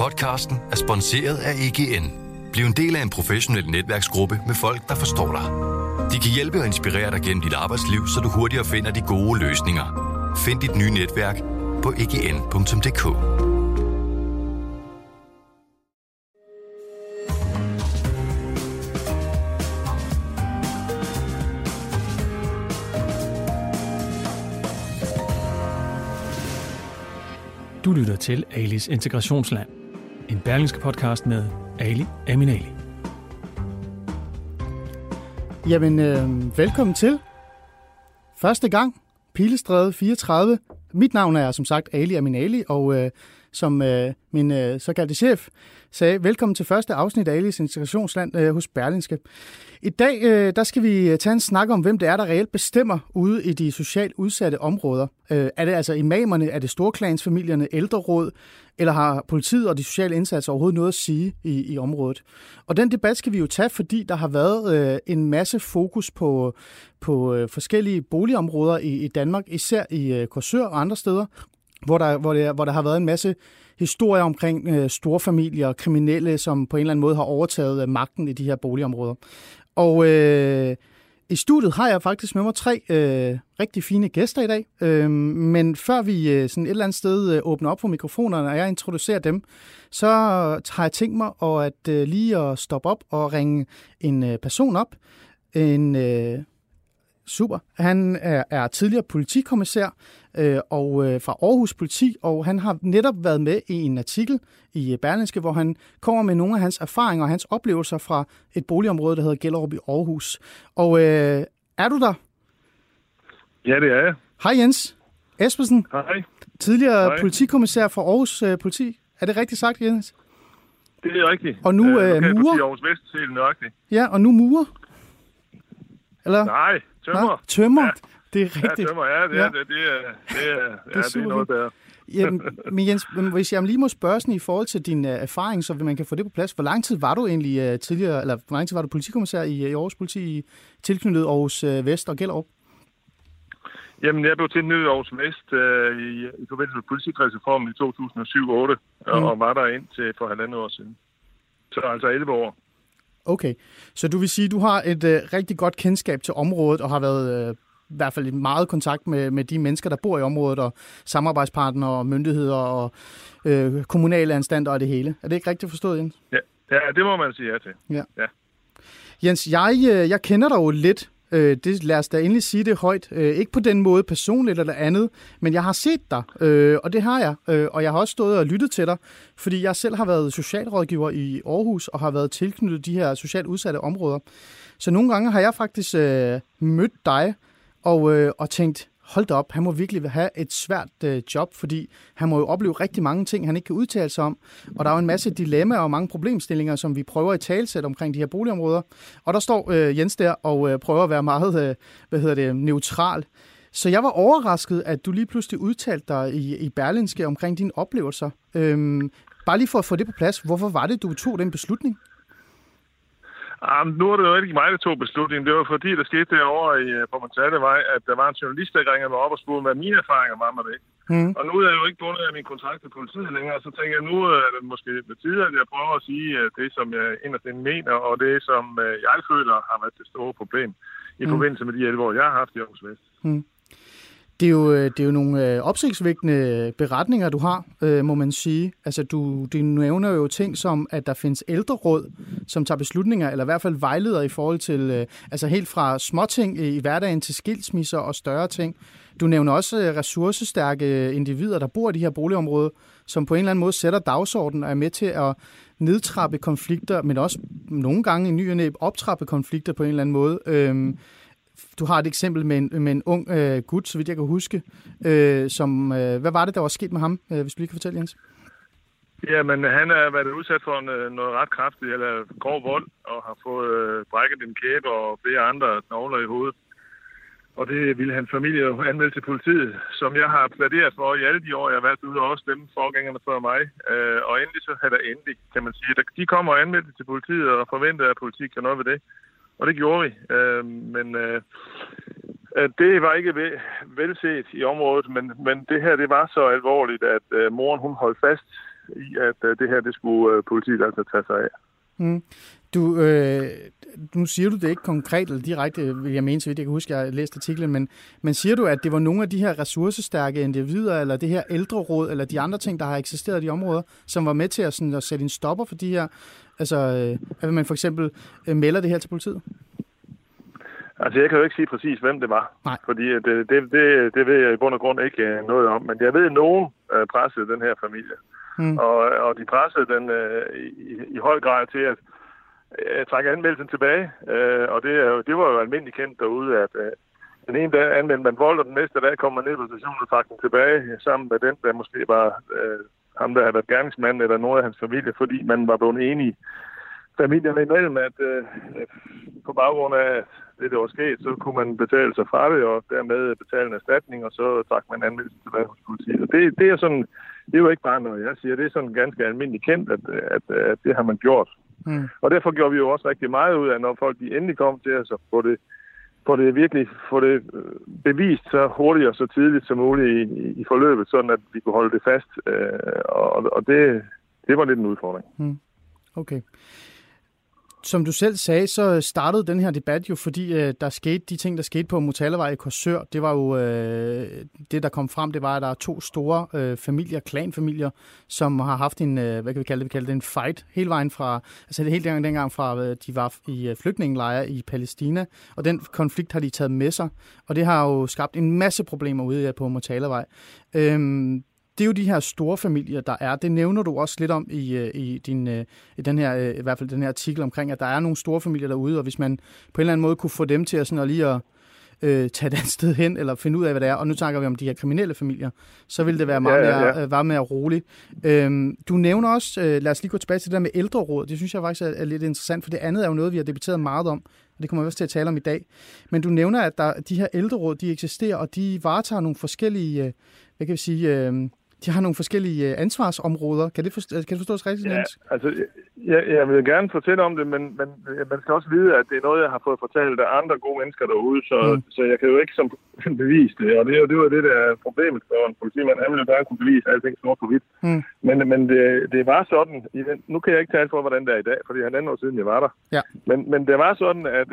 Podcasten er sponsoreret af EGN. Bliv en del af en professionel netværksgruppe med folk, der forstår dig. De kan hjælpe og inspirere dig gennem dit arbejdsliv, så du hurtigere finder de gode løsninger. Find dit nye netværk på egn.dk. Du lytter til Alis Integrationsland, en Berlingske podcast med Ali Aminali. Jamen, velkommen til. Første gang, Pilestræde 34. Mit navn er som sagt Ali Aminali, og som min såkaldte chef sagde, velkommen til første afsnit af Alis Integrationsland hos Berlingske. I dag der skal vi tage en snak om, hvem det er, der reelt bestemmer ude i de socialt udsatte områder. Er det altså imamerne, er det storklansfamilierne, ældreråd, eller har politiet og de sociale indsatser overhovedet noget at sige i området? Og den debat skal vi jo tage, fordi der har været en masse fokus på forskellige boligområder i Danmark, især i Korsør og andre steder, hvor der har været en masse historier omkring storfamilier og kriminelle, som på en eller anden måde har overtaget magten i de her boligområder. Og i studiet har jeg faktisk med mig 3 rigtig fine gæster i dag. Men før vi sådan et eller andet sted åbner op for mikrofonerne, og jeg introducerer dem, så har jeg tænkt mig lige at stoppe op og ringe en person op. Super. Han er tidligere politikommissær og fra Aarhus Politi, og han har netop været med i en artikel i Berlingske, hvor han kommer med nogle af hans erfaringer og hans oplevelser fra et boligområde, der hedder Gellerup i Aarhus. Og er du der? Ja, det er jeg. Hej Jens Espersen. Hej. Tidligere politikommissær for Aarhus Politi. Er det rigtigt sagt, Jens? Det er rigtigt. Og nu murer? Aarhus Vest, helt nøjagtigt. Ja, og nu murer? Eller? Nej, tømmer. Nej, tømmer. Ja. Det er rigtigt. Ja, tømmer, ja. Det er noget bedre. Jamen, men Jens, hvis jeg lige må spørge sådan, i forhold til din erfaring, så man kan få det på plads. Hvor lang tid var du egentlig tidligere, eller hvor lang tid var du politikommissær i Aarhus Politi tilknyttet Aarhus Vest og Gellerup? Jamen, jeg blev tilknyttet Aarhus Vest i forbindelse med politikredsreformen i 2007-2008, og var der indtil for 1,5 år siden. Så altså 11 år. Okay, så du vil sige, at du har et rigtig godt kendskab til området, og har været i hvert fald i meget kontakt med de mennesker, der bor i området, og samarbejdspartnere og myndigheder og kommunale anstalter og det hele. Er det ikke rigtigt forstået, Jens? Ja, det må man sige ja til. Ja. Ja. Jens, jeg kender dig jo lidt. Lad os da endelig sige det højt. Ikke på den måde personligt eller andet, men jeg har set dig, og det har jeg. Og jeg har også stået og lyttet til dig, fordi jeg selv har været socialrådgiver i Aarhus og har været tilknyttet de her socialt udsatte områder. Så nogle gange har jeg faktisk mødt dig og tænkt, hold da op, han må virkelig have et svært job, fordi han må jo opleve rigtig mange ting, han ikke kan udtale sig om. Og der er jo en masse dilemmaer og mange problemstillinger, som vi prøver at talsætte omkring de her boligområder. Og der står Jens der og prøver at være meget, neutral. Så jeg var overrasket, at du lige pludselig udtalte dig i Berlingske omkring dine oplevelser. Bare lige for at få det på plads, hvorfor var det, du tog den beslutning? Nu er det jo ikke mig, der tog beslutningen. Det var fordi, der skete derovre på Montalevej, at der var en journalist, der ringede mig op og spurgte, hvad mine erfaringer var med det. Og nu er jeg jo ikke bundet af min kontrakt til politiet længere, så tænker jeg, nu er det måske ved tide, at jeg prøver at sige det, som jeg inderst inde mener, og det, som jeg føler har været det store problem i forbindelse med de 11 år, jeg har haft i Aarhus Vest. Det er jo nogle opsigtsvækkende beretninger, du har, må man sige. Altså, du nævner jo ting som, at der findes ældreråd, som tager beslutninger, eller i hvert fald vejleder i forhold til, altså helt fra småting i hverdagen til skilsmisser og større ting. Du nævner også ressourcestærke individer, der bor i de her boligområder, som på en eller anden måde sætter dagsordenen og er med til at nedtrappe konflikter, men også nogle gange i ny og næ optrappe konflikter på en eller anden måde. Du har et eksempel med en ung gut, så vidt jeg kan huske, hvad var det, der var sket med ham, hvis du lige kan fortælle, Jens? Jamen, han har været udsat for noget ret kraftigt, eller grov vold, og har fået brækket en kæbe og flere andre knogler i hovedet. Og det ville hans familie jo anmelde til politiet, som jeg har plæderet for i alle de år, jeg har været ude, og også dem forgængerne før mig. Og endelig så er der endelig, kan man sige. De kommer og anmeldte til politiet og forventede, at politiet kan noget ved det. Og det gjorde vi. Men det var ikke velset i området, men det her, det var så alvorligt, at moren hun holdt fast i, at det her, det skulle politiet altså tage sig af. Mm. Nu siger du det ikke konkret eller direkte, vil jeg mene, så vidt jeg kan huske, jeg har læst artiklen, men siger du, at det var nogle af de her ressourcestærke individer, eller det her ældreråd, eller de andre ting, der har eksisteret i de områder, som var med til at sætte en stopper for de her, altså at man for eksempel melder det her til politiet? Altså, jeg kan jo ikke sige præcis, hvem det var. Nej. Fordi det ved jeg i bund og grund ikke noget om. Men jeg ved, at nogen pressede den her familie. Og de pressede den i høj grad til at trække anmeldelsen tilbage. Og det var jo almindeligt kendt derude, at den ene dag anmeldte man vold, og den næste dag kom man ned på stationen og trak den tilbage, sammen med den, der måske var ham, der havde været gerningsmand eller nogen af hans familie, fordi man var blevet enige familierne imellem, at på baggrund af det, der var sket, så kunne man betale sig fra det, og dermed betale en erstatning, og så trak man anmeldelsen tilbage hos politiet. Og det er sådan, det er jo ikke bare noget, jeg siger, det er sådan ganske almindeligt kendt, at det har man gjort. Og derfor gjorde vi jo også rigtig meget ud af, når folk de endelig kom til os, så få det bevist så hurtigt og så tidligt som muligt i forløbet, sådan at vi kunne holde det fast. Og det var lidt en udfordring. Okay. Som du selv sagde, så startede den her debat jo, fordi der skete de ting, der skete på Motalavej i Korsør. Det var jo det, der kom frem, det var, at der er 2 store familier, klanfamilier, som har haft en, hvad kan vi kalde det? Vi kalder det en fight hele vejen fra, altså det hele dengang fra, de var i flygtningelejre i Palæstina, og den konflikt har de taget med sig, og det har jo skabt en masse problemer ude på Motalavej. Det er jo de her store familier, der er. Det nævner du også lidt om i den her, i hvert fald den her artikel omkring, at der er nogle store familier derude, og hvis man på en eller anden måde kunne få dem til at tage et andet sted hen, eller finde ud af, hvad det er, og nu snakker vi om de her kriminelle familier, så vil det være meget mere roligt. Du nævner også, lad os lige gå tilbage til det der med ældreråd, det synes jeg faktisk er lidt interessant, for det andet er jo noget, vi har debatteret meget om, og det kommer vi også til at tale om i dag. Men du nævner, at de her ældreråd, de eksisterer, og de varetager nogle forskellige, hvad kan vi sige, de har nogle forskellige ansvarsområder. Kan det forstås rigtigt? Ja, altså, jeg vil gerne fortælle om det, men man skal også vide, at det er noget, jeg har fået fortalt af andre gode mennesker derude, så jeg kan jo ikke som bevise det. Og det var det, der er problemet for en politimand. Han ville jo bare kunne bevise alting sort på hvidt. Men det var sådan, nu kan jeg ikke tale for, hvordan det er i dag, fordi 1,5 år siden jeg var der. Ja. Men det var sådan, at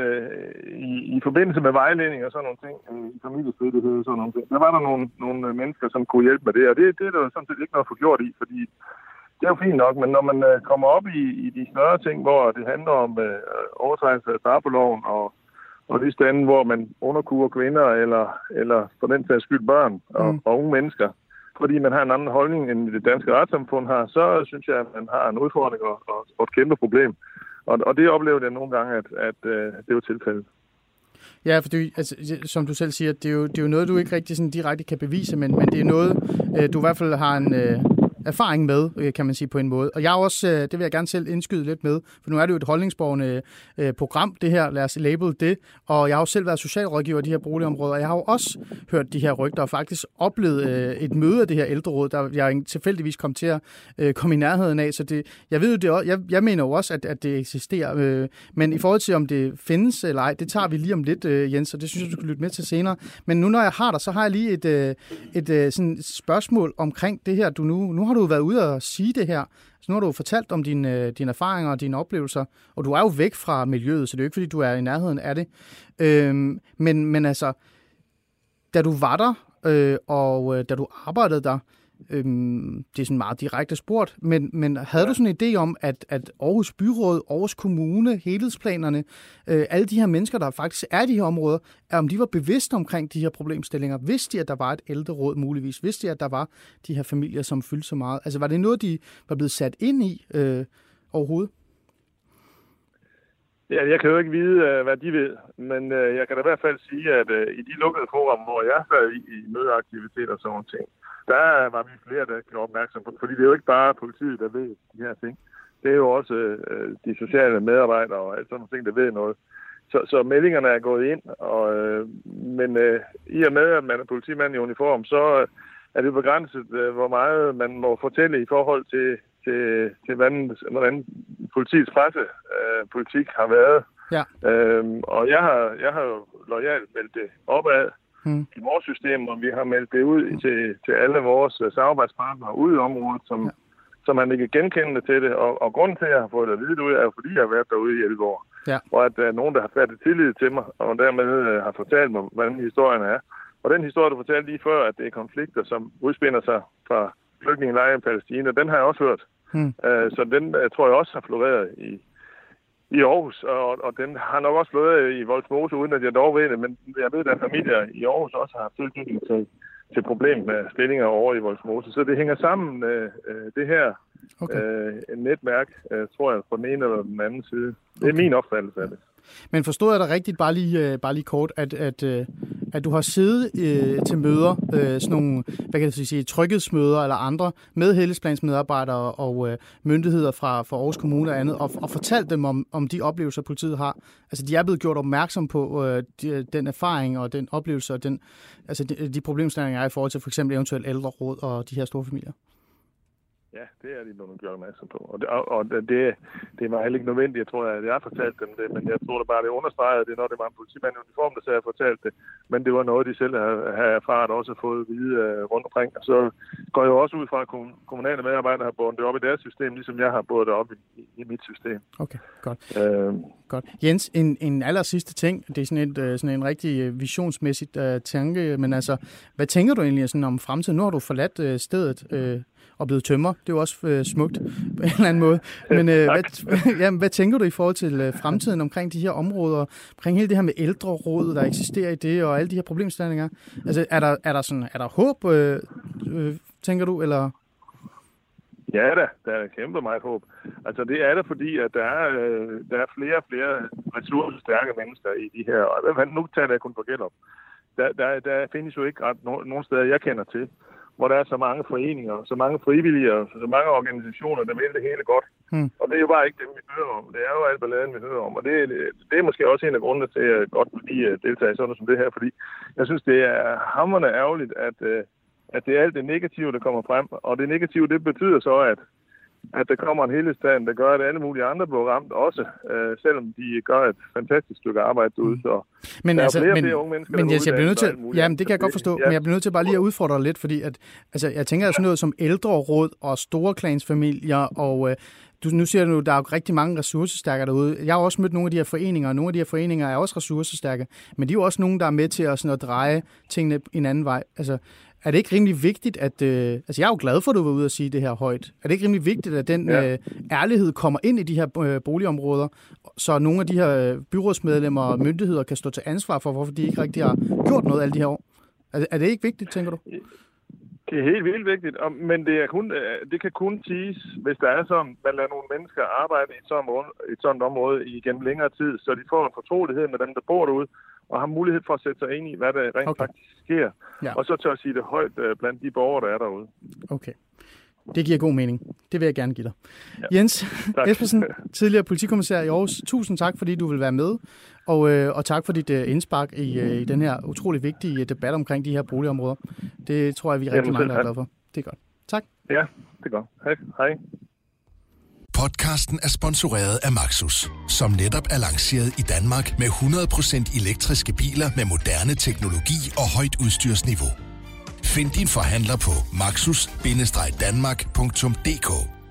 i forbindelse med vejledning og sådan nogle ting, i familiestøttighed og sådan nogle ting, der var der nogle mennesker, som kunne hjælpe med det, og det er der sådan set ikke noget forgjort i, fordi det er jo fint nok, men når man kommer op i de større ting, hvor det handler om overtrædelse af straffeloven og de stande, hvor man underkuer kvinder eller for den sags skyld børn og unge mennesker, fordi man har en anden holdning end det danske retssamfund har, så synes jeg, at man har en udfordring og et kæmpe problem. Og det oplevede jeg nogle gange, at det var tilfældet. Ja, for altså, som du selv siger, det er jo noget, du ikke rigtig sådan direkte kan bevise, men det er noget, du i hvert fald har en erfaring med, kan man sige på en måde. Og jeg er også, det vil jeg gerne selv indskyde lidt med, for nu er det jo et holdningsborgende program, det her, lad os label det, og jeg har jo selv været socialrådgiver i de her boligområder, og jeg har jo også hørt de her rygter, og faktisk oplevet et møde af det her ældreråd, der jeg tilfældigvis kom til at komme i nærheden af, så det, jeg ved jo det også, jeg mener jo også, at det eksisterer, men i forhold til, om det findes eller ej, det tager vi lige om lidt, Jens, og det synes jeg, du skal lytte med til senere. Men nu, når jeg har dig, så har jeg lige et sådan spørgsmål omkring det her, du nu har du været ude og sige det her. Så nu har du fortalt om dine erfaringer og dine oplevelser, og du er jo væk fra miljøet, så det er jo ikke, fordi du er i nærheden af det. Men altså, da du var der, og da du arbejdede der, det er sådan meget direkte spurgt, men havde du sådan en idé om, at Aarhus Byråd, Aarhus Kommune, helhedsplanerne, alle de her mennesker, der faktisk er i de her områder, om de var bevidste omkring de her problemstillinger? Vidste de, at der var et ældreråd muligvis? Vidste de, at der var de her familier, som fyldte så meget? Altså var det noget, de var blevet sat ind i overhovedet? Ja, jeg kan jo ikke vide, hvad de ved, men jeg kan da i hvert fald sige, at i de lukkede forum, hvor jeg sad i mødeaktiviteter og sådan nogle ting, der var vi flere, der gjorde opmærksom på, fordi det er jo ikke bare politiet, der ved de her ting. Det er jo også de sociale medarbejdere og alt sådan nogle ting, der ved noget. Så meldingerne er gået ind, men i og med, at man er politimand i uniform, så er det begrænset, hvor meget man må fortælle i forhold til hvordan politiets pressepolitik har været. Ja. Og jeg har jo loyalt meldt det opad i vores system, og vi har meldt det ud til alle vores samarbejdspartnere ude i området, så man ikke genkendende til det. Og grunden til, at jeg har fået det at vide derude, er jo, fordi jeg har været derude i 11 år. Ja. Hvor at der er nogen, der har fattet tillid til mig, og dermed har fortalt mig, hvordan historien er. Og den historie, du fortalte lige før, at det er konflikter, som udspinder sig fra flygtningelejre i Palæstina, den har jeg også hørt. Så den tror jeg også har floreret i Aarhus, og den har nok også floreret i Vollsmose, uden at jeg dog ved det, men jeg ved, at familier i Aarhus også har tilknytning til problemet med stillinger over i Vollsmose. Så det hænger sammen, det her netværk, tror jeg, på den ene eller den anden side. Det er min opfattelse af det. Men forstod jeg dig rigtigt, bare lige kort, at du har siddet til møder, sådan nogle, hvad kan jeg sige, tryghedsmøder eller andre, med helhedsplansmedarbejdere og myndigheder fra Aarhus Kommune og andet, og fortalt dem om de oplevelser, politiet har. Altså, de er blevet gjort opmærksom på den erfaring og den oplevelse og de problemstillinger, er i forhold til for eksempel eventuelt ældreråd og de her store familier. Ja, det er de blevet gjort opmærksom på. Og det var heller ikke nødvendigt, jeg tror, at jeg har fortalt dem det, men jeg tror det bare, det understregede det, når det var en politimand i uniform, der sagde, at jeg fortalt det. Men det var noget, de selv har erfaret og også har fået at vide rundt omkring. Og så går jeg jo også ud fra, at kommunale medarbejdere har båret det op i deres system, ligesom jeg har båret det op i mit system. Okay, godt. Godt. Jens, en aller sidste ting, det er sådan en rigtig visionsmæssig tanke, men altså, hvad tænker du egentlig sådan om fremtiden? Nu har du forladt stedet og blevet tømrer. Det er jo også smukt på en eller anden måde. Men hvad tænker du i forhold til fremtiden omkring de her områder, omkring hele det her med ældreråd, der eksisterer i det, og alle de her problemstillinger? Altså, er der håb, tænker du, eller? Ja da, der er kæmpe meget håb. Altså det er der, fordi at der er flere og flere ressourcestærke mennesker i de her, og nu tager jeg kun på Gellerup. Der findes jo ikke ret nogen steder, jeg kender til, hvor der er så mange foreninger, så mange frivillige og så mange organisationer, der vil det hele godt. Og det er jo bare ikke dem, vi hører om. Det er jo alt balladen, vi hører om. Og det er måske også en af grundene til, at jeg godt vil lige deltage i sådan noget som det her, fordi jeg synes, det er hamrende ærgerligt, at det er alt det negative, der kommer frem. Og det negative, det betyder så, at der kommer en helhedsplan, der gør, at alle mulige andre bliver ramt også, selvom de gør et fantastisk stykke arbejde derude. Så men der altså, er flere unge mennesker, men jeg bliver nødt til, jamen, det kan jeg godt forstå, men jeg bliver nødt til bare lige at udfordre dig lidt, fordi at, altså, jeg tænker sådan noget som ældreråd og store klansfamilier, og nu siger du, der er jo rigtig mange ressourcestærkere derude. Jeg har også mødt nogle af de her foreninger, og nogle af de her foreninger er også ressourcestærke, men de er jo også nogle, der er med til at dreje tingene i en anden vej. Altså, er det ikke rimelig vigtigt, at... altså, jeg er jo glad for, at du var ude og sige det her højt. Er det ikke rimelig vigtigt, at den ærlighed kommer ind i de her boligområder, så nogle af de her byrådsmedlemmer og myndigheder kan stå til ansvar for, hvorfor de ikke rigtig har gjort noget alle de her år? Er det ikke vigtigt, tænker du? Det er helt vildt vigtigt, men det kan kun siges, hvis der er sådan, man lader nogle mennesker arbejde i et sådan område igennem længere tid, så de får en fortrolighed med dem, der bor derude, og har mulighed for at sætte sig ind i, hvad der rent faktisk sker. Ja. Og så tør at sige det højt blandt de borgere, der er derude. Okay. Det giver god mening. Det vil jeg gerne give dig. Ja. Jens Espersen, tidligere politikommissær i Aarhus. Tusind tak, fordi du vil være med. Og tak for dit indspark i den her utrolig vigtige debat omkring de her boligområder. Det tror jeg, vi er rigtig mange, der er glade for. Det er godt. Tak. Ja, det er godt. Hej. Podcasten er sponsoreret af Maxus, som netop er lanceret i Danmark med 100% elektriske biler med moderne teknologi og højt udstyrsniveau. Find din forhandler på maxus-danmark.dk.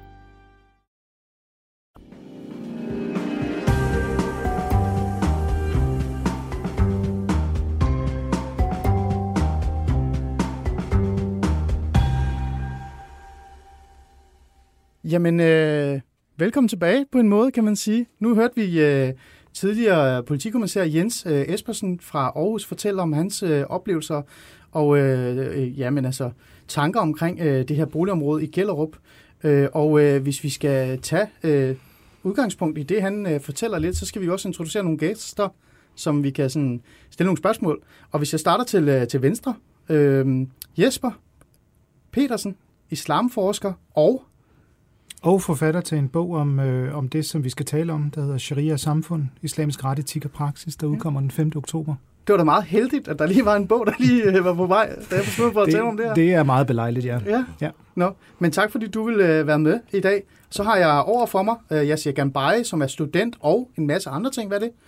Jamen, velkommen tilbage på en måde, kan man sige. Nu hørte vi tidligere politikommissær Jens Espersen fra Aarhus fortælle om hans oplevelser og tanker omkring det her boligområde i Gellerup. Hvis vi skal tage udgangspunkt i det, han fortæller lidt, så skal vi også introducere nogle gæster, som vi kan sådan stille nogle spørgsmål. Og hvis jeg starter til venstre, Jesper Petersen, islamforsker og forfatter til en bog om det, som vi skal tale om, der hedder Sharia Samfund, Islamisk Ret, Etik og Praksis, der udkommer den 5. oktober. Det var da meget heldigt, at der lige var en bog, der lige var på vej, da jeg besluttede for at tale om det her. Det er meget belejligt, ja. Nå, men tak fordi du vil være med i dag. Så har jeg over for mig Yassir Ganbari, som er student og en masse andre ting. Hvad er det?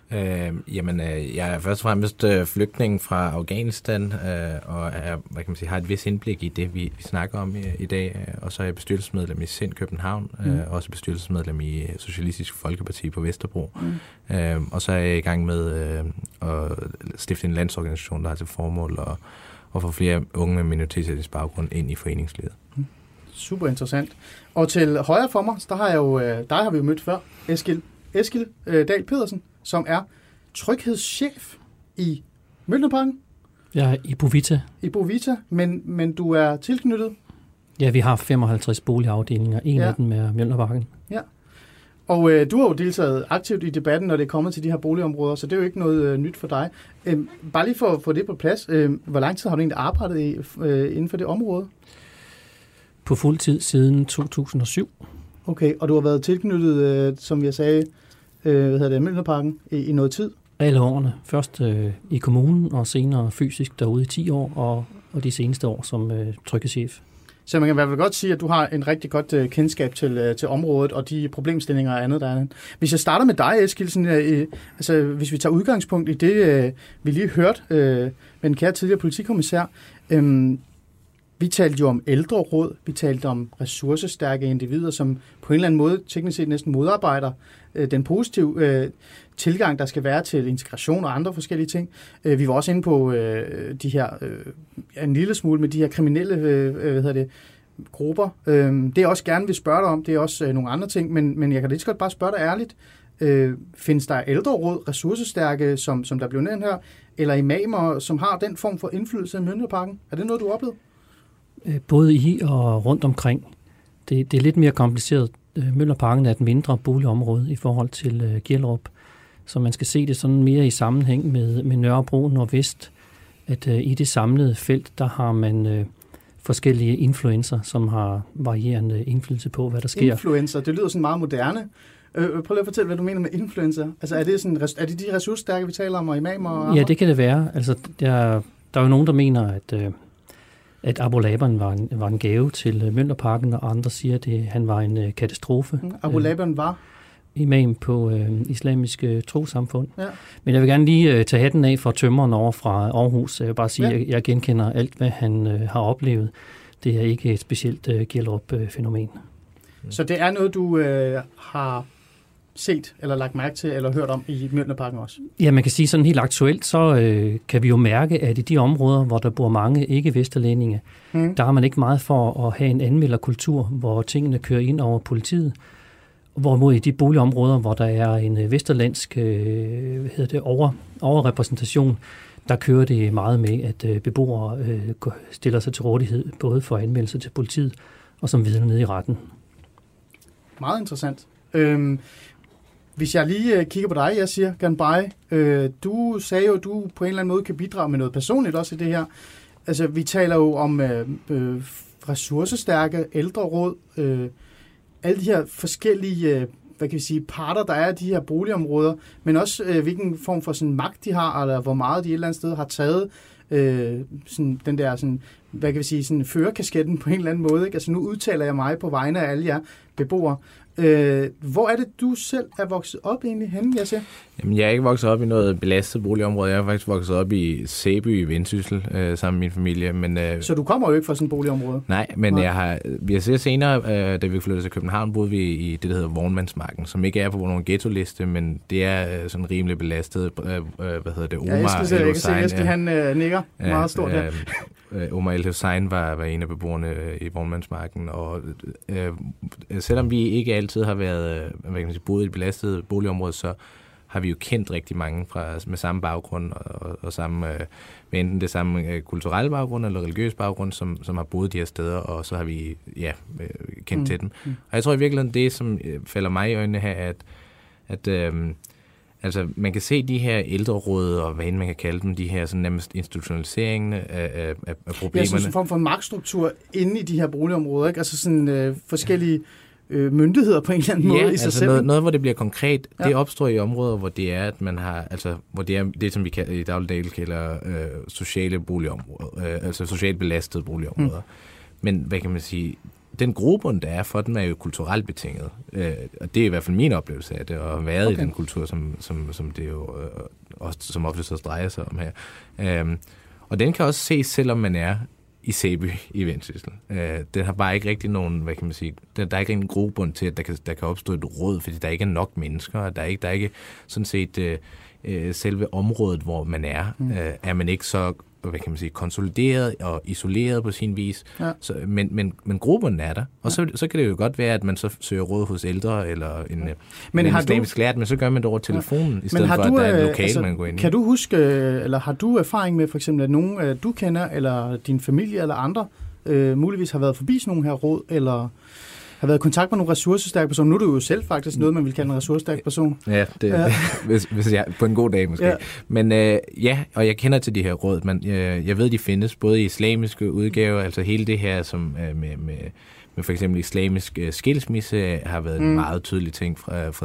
Jeg er først og fremmest flygtning fra Afghanistan, og har et vis indblik i det, vi snakker om i dag. Og så er jeg bestyrelsesmedlem i SIND København, også bestyrelsesmedlem i Socialistisk Folkeparti på Vesterbro. Og så er jeg i gang med at stifte en landsorganisation, der har til formål at få flere unge med minoritetsetnisk baggrund ind i foreningslivet. Super interessant. Og til højre for mig, der har vi jo mødt før, Eskil Dahl Pedersen, som er tryghedschef i Mjølnerparken. Jeg er i Bovita. Men du er tilknyttet? Ja, vi har 55 boligafdelinger. En af dem er Mjølnerparken. Ja. Og du har jo deltaget aktivt i debatten, når det er kommet til de her boligområder, så det er jo ikke noget nyt for dig. Bare lige for at få det på plads, hvor lang tid har du egentlig arbejdet inden for det område? På fuld tid siden 2007. Okay, og du har været tilknyttet, som jeg sagde, Mjølnerparken i noget tid? Alle årene. Først i kommunen, og senere fysisk derude i 10 år, og de seneste år som tryghedschef. Så man kan i hvert fald godt sige, at du har en rigtig godt kendskab til området og de problemstillinger og andet, der er. Hvis jeg starter med dig, Eskil, hvis vi tager udgangspunkt i det, vi lige hørte med den kære tidligere politikommissær, vi talte jo om ældreråd, vi talte om ressourcestærke individer, som på en eller anden måde teknisk set næsten modarbejder den positive tilgang, der skal være til integration og andre forskellige ting. Vi var også inde på de her, en lille smule med de her kriminelle grupper. Det jeg også gerne vil spørge dig om, det er også nogle andre ting, men jeg kan lige så godt bare spørge dig ærligt. Findes der ældreråd, ressourcestærke, som der blev nævnt her, eller imamer, som har den form for indflydelse i Mjølnerparken? Er det noget, du har oplevet? Både i og rundt omkring. Det er lidt mere kompliceret. Mjølnerparken er et mindre boligområde i forhold til Gellerup, så man skal se det sådan mere i sammenhæng med Nørrebro Nordvest, at i det samlede felt, der har man forskellige influencer, som har varierende indflydelse på, hvad der sker. Influencer, det lyder sådan meget moderne. Prøv lige at fortælle, hvad du mener med influencer. Altså er det de ressourcestærke, vi taler om, og imamer? Og ja, det kan det være. Altså, der er jo nogen, der mener, at Abu Laban var en gave til Mjølnerparken, og andre siger, at han var en katastrofe. Abu Laban var? Imam på Islamisk Trossamfund. Ja. Men jeg vil gerne lige tage hatten af for tømmeren over fra Aarhus. Jeg vil bare sige, at jeg genkender alt, hvad han har oplevet. Det er ikke et specielt Gellerup-fænomen. Så det er noget, du har set eller lagt mærke til eller hørt om i Mjølnerparken også? Ja, man kan sige sådan helt aktuelt, så kan vi jo mærke, at i de områder, hvor der bor mange ikke-vesterlændinge, der har man ikke meget for at have en anmelderkultur, hvor tingene kører ind over politiet. Hvorimod i de boligområder, hvor der er en vesterlandsk overrepræsentation, der kører det meget med, at beboere stiller sig til rådighed, både for anmeldelse til politiet og som vidner nede i retten. Meget interessant. Hvis jeg lige kigger på dig, jeg siger, Ganbei, du sagde jo, at du på en eller anden måde kan bidrage med noget personligt også i det her. Altså, vi taler jo om ressourcestærke ældreråd, alle de her forskellige, parter, der er i de her boligområder, men også hvilken form for sådan magt de har, eller hvor meget de et eller andet sted har taget sådan den der sådan, sådan førerkasketten på en eller anden måde, ikke? Altså nu udtaler jeg mig på vegne af alle jer beboere. Hvor er det, du selv er vokset op egentlig henne, jeg siger? Jamen, jeg er ikke vokset op i noget belastet boligområde. Jeg er faktisk vokset op i Sæby i Vendsyssel sammen med min familie. Men, så du kommer jo ikke fra sådan et boligområde? Nej, men vi har set senere, da vi flyttede til København, boede vi i det, der hedder Vognmandsmarken, som ikke er på nogen ghetto-liste, men det er sådan rimelig belastet. Omar El-Hussein. Han nikker meget stort her. Omar El-Hussein var en af beboerne i Vognmandsmarken, og selvom vi ikke altid har været boet i et belastet boligområde, så har vi jo kendt rigtig mange med samme baggrund og samme, med enten det samme kulturelle baggrund eller religiøs baggrund, som har boet de her steder, og så har vi kendt til dem. Og jeg tror i virkeligheden, det som falder mig i øjnene her, at altså, man kan se de her ældreråd, og hvad end man kan kalde dem, de her sådan nærmest institutionaliseringen af problemerne. Ja, sådan en form for magtstruktur inde i de her boligområder, ikke? Altså sådan forskellige myndigheder på en eller anden måde i sig selv. Noget, hvor det bliver konkret, det opstår i områder, hvor det er, at man har, altså, hvor det er det, som vi i dagligdags kalder sociale boligområder, altså socialt belastede boligområder. Men hvad kan man sige, den grobund, der er for den, er jo kulturelt betinget. Og det er i hvert fald min oplevelse af det, at have været i den kultur, som det jo også, som oftest også drejer sig om her. Og den kan også ses, selvom man er i Sæby i Vendsyssel. Den har bare ikke rigtig nogen, hvad kan man sige, der er ikke en grobund til, at der kan opstå et råd, fordi der ikke er nok mennesker, og der er ikke sådan set selve området, hvor man er man ikke så, hvad kan man sige, konsolideret og isoleret på sin vis. Ja. Så, men gruppen er der. Og så kan det jo godt være, at man så søger råd hos ældre eller en islamisk lært, men så gør man det over telefonen, i stedet for, at der er et lokale, man går ind i. Kan du huske, eller har du erfaring med for eksempel, at nogen du kender, eller din familie eller andre, muligvis har været forbi sådan nogle her råd, eller har været i kontakt med nogle ressourcestærke personer? Nu er du jo selv faktisk noget, man vil kalde en ressourcestærk person. Ja, hvis jeg på en god dag måske. Ja. Men og jeg kender til de her råd, men jeg ved, de findes både i islamiske udgaver, altså hele det her, som med for eksempel islamisk skilsmisse, har været en meget tydelig ting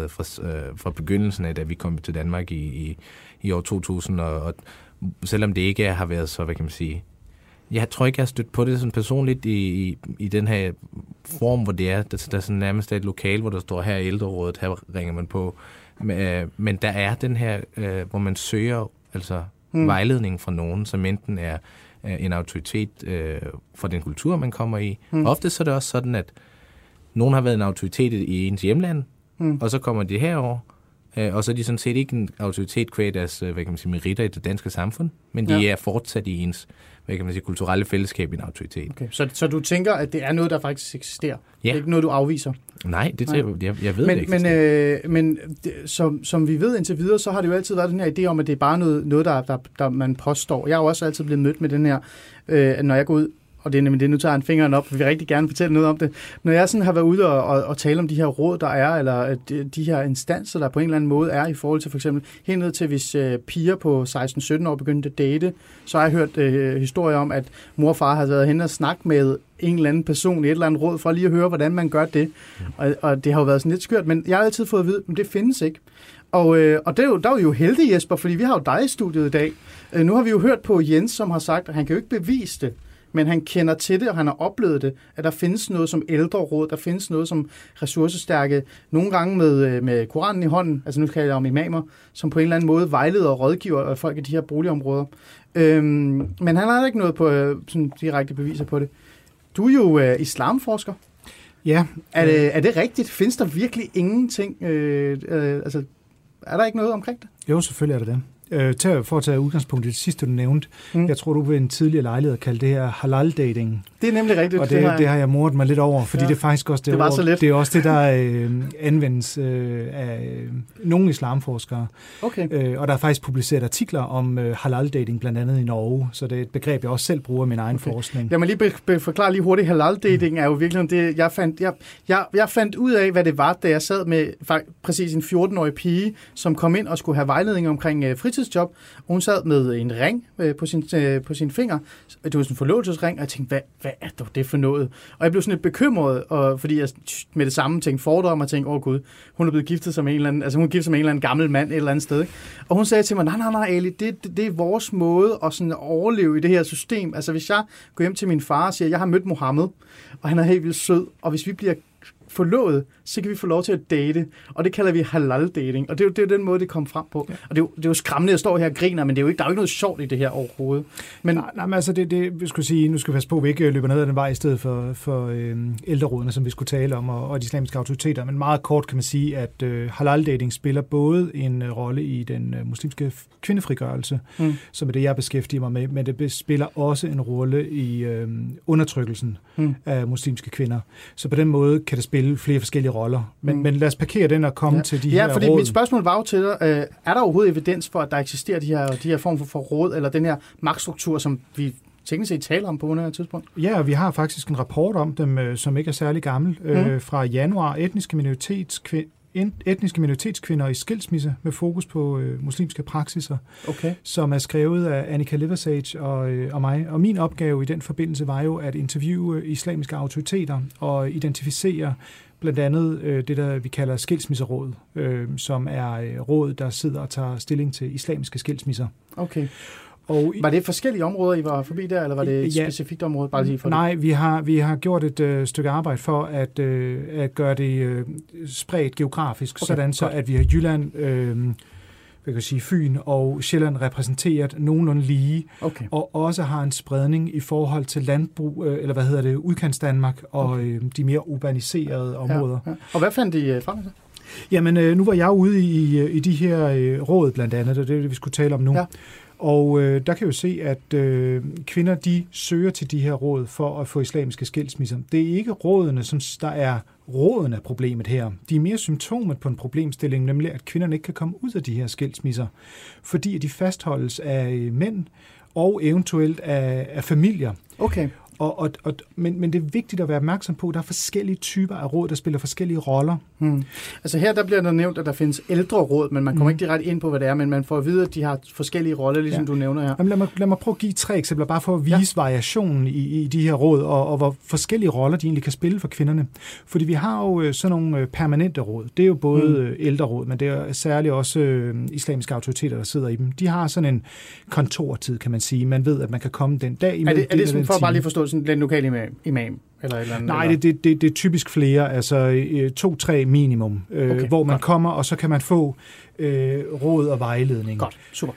fra begyndelsen af, da vi kom til Danmark i år 2000, og selvom det ikke har været så, hvad kan man sige, jeg tror ikke, jeg har stødt på det sådan personligt i den her form, hvor det er. Der er sådan nærmest et lokal, hvor der står her i ældrerådet, her ringer man på. Men der er den her, hvor man søger altså vejledning fra nogen, som enten er en autoritet for den kultur, man kommer i. Ofte så er det også sådan, at nogen har været en autoritet i ens hjemland, og så kommer de herover, og så er de sådan set ikke en autoritet kvæg deres, hvad kan man sige, meritter i det danske samfund, men de er fortsat i ens, hvad kan man sige, kulturelle fællesskab i en autoritet. Okay. Så du tænker, at det er noget, der faktisk eksisterer? Ja. Det er ikke noget, du afviser? Nej, jeg ved det ikke. Men som vi ved indtil videre, så har det jo altid været den her idé om, at det er bare noget der man påstår. Jeg har jo også altid blevet mødt med den her, når jeg går ud, og det er nemlig det, nu tager jeg fingeren op, for vi vil rigtig gerne fortælle noget om det. Når jeg sådan har været ude og tale om de her råd, der er, eller de her instanser, der på en eller anden måde er, i forhold til for eksempel helt ned til, hvis piger på 16-17 år begyndte at date, så har jeg hørt historier om, at mor og far har været hen og snakket med en eller anden person i et eller andet råd, for lige at høre, hvordan man gør det. Og det har jo været sådan lidt skørt, men jeg har altid fået at vide, at det findes ikke. Og der er jo heldig, Jesper, fordi vi har jo dig i studiet i dag. Nu har vi jo hørt på Jens, som har sagt, at han kan jo ikke bevise det, men han kender til det, og han har oplevet det, at der findes noget som ældreråd, der findes noget som ressourcestærke, nogle gange med Koranen i hånden, altså nu kalder jeg om imamer, som på en eller anden måde vejleder og rådgiver folk i de her boligområder. Men han har ikke noget på sådan direkte beviser på det. Du er jo islamforsker. Ja. Er det rigtigt? Findes der virkelig ingenting? Altså, er der ikke noget omkring det? Jo, selvfølgelig er der det. For at tage udgangspunkt i det sidste, du nævnte. Jeg tror, du ved en tidligere lejlighed kalde det her halal-dating. Det er nemlig rigtigt. Og det har jeg moret mig lidt over, fordi det er faktisk også det, det er også det, der anvendes af nogle islamforskere. Okay. Og der er faktisk publiceret artikler om halal-dating, blandt andet i Norge, så det er et begreb, jeg også selv bruger i min egen forskning. Lad mig lige forklare lige hurtigt. Halal-dating er jo virkelig det, jeg fandt ud af, hvad det var, da jeg sad med præcis en 14-årig pige, som kom ind og skulle have vejledning omkring fritidsjob, og hun sad med en ring på sin finger. Det var sådan en forlovelsesring, og jeg tænkte, hvad er det for noget? Og jeg blev sådan lidt bekymret, fordi jeg med det samme tænkte fordomme, og tænkte, gud, hun er blevet giftet som en eller anden, altså hun er giftet som en eller anden gammel mand et eller andet sted. Ikke? Og hun sagde til mig, nej, Ali, det er vores måde at sådan overleve i det her system. Altså hvis jeg går hjem til min far og siger, jeg har mødt Mohammed, og han er helt vildt sød, og hvis vi bliver forlovet, så kan vi få lov til at date, og det kalder vi halal-dating, og det er jo den måde, det kom frem på. Ja. Og det er jo skræmmende, at stå her og griner, men der er jo ikke noget sjovt i det her overhovedet. Men nej, altså vi skulle sige, nu skal vi passe på, at vi ikke løber ned ad den vej i stedet for ældrerådene, som vi skulle tale om, og de islamiske autoriteter, men meget kort kan man sige, at halal-dating spiller både en rolle i den muslimske kvindefrigørelse, som er det, jeg beskæftiger mig med, men det spiller også en rolle i undertrykkelsen af muslimske kvinder. Så på den måde kan det spille flere forskellige roller. Men lad os parkere den og komme til de her råd. Ja, fordi mit spørgsmål var jo til dig, er der overhovedet evidens for, at der eksisterer de her form for råd, eller den her magtstruktur, som vi teknisk set taler om på det her tidspunkt? Ja, og vi har faktisk en rapport om dem, som ikke er særlig gammel, fra januar. Etniske minoritetskvinder i skilsmisse med fokus på muslimske praksiser, som er skrevet af Annika Liversidge og mig. Og min opgave i den forbindelse var jo at interviewe islamiske autoriteter og identificere blandt andet det, der vi kalder skilsmisseråd, som er råd, der sidder og tager stilling til islamiske skilsmisser. Okay. Og var det forskellige områder, I var forbi der, eller var det et specifikt område? Bare lige for nej, vi har gjort et stykke arbejde for at gøre det spredt geografisk, sådan så at vi har Jylland, jeg kan sige Fyn og Sjælland repræsenteret nogenlunde lige, og også har en spredning i forhold til landbrug, eller udkantsdanmark og de mere urbaniserede områder. Ja. Og hvad fandt I frem til? Jamen, nu var jeg ude i de her råd blandt andet, og det er det, vi skulle tale om nu. Ja. Og der kan jo se, at kvinder, de søger til de her råd for at få islamiske skilsmisser. Det er ikke rådene, som der er råden af problemet her. De er mere symptomet på en problemstilling, nemlig at kvinderne ikke kan komme ud af de her skilsmisser, fordi de fastholdes af mænd og eventuelt af familier. Okay. Men det er vigtigt at være opmærksom på, at der er forskellige typer af råd, der spiller forskellige roller. Altså her der bliver der nævnt, at der findes ældre råd, men man kommer ikke direkte ind på, hvad det er, men man får at vide, at de har forskellige roller, ligesom du nævner her. Jamen, lad mig prøve at give 3 eksempler, bare for at vise variationen i de her råd, og hvor forskellige roller de egentlig kan spille for kvinderne. Fordi vi har jo sådan nogle permanente råd. Det er jo både ældre råd, men det er særligt også islamiske autoriteter, der sidder i dem. De har sådan en kontortid, kan man sige. Man ved, at man kan komme den dag. Er det sådan, for at bare lige forstå, sådan den lokale imam? Eller et eller andet, nej, det er typisk flere, altså 2-3 minimum, hvor man kommer, og så kan man få råd og vejledning. Godt, super.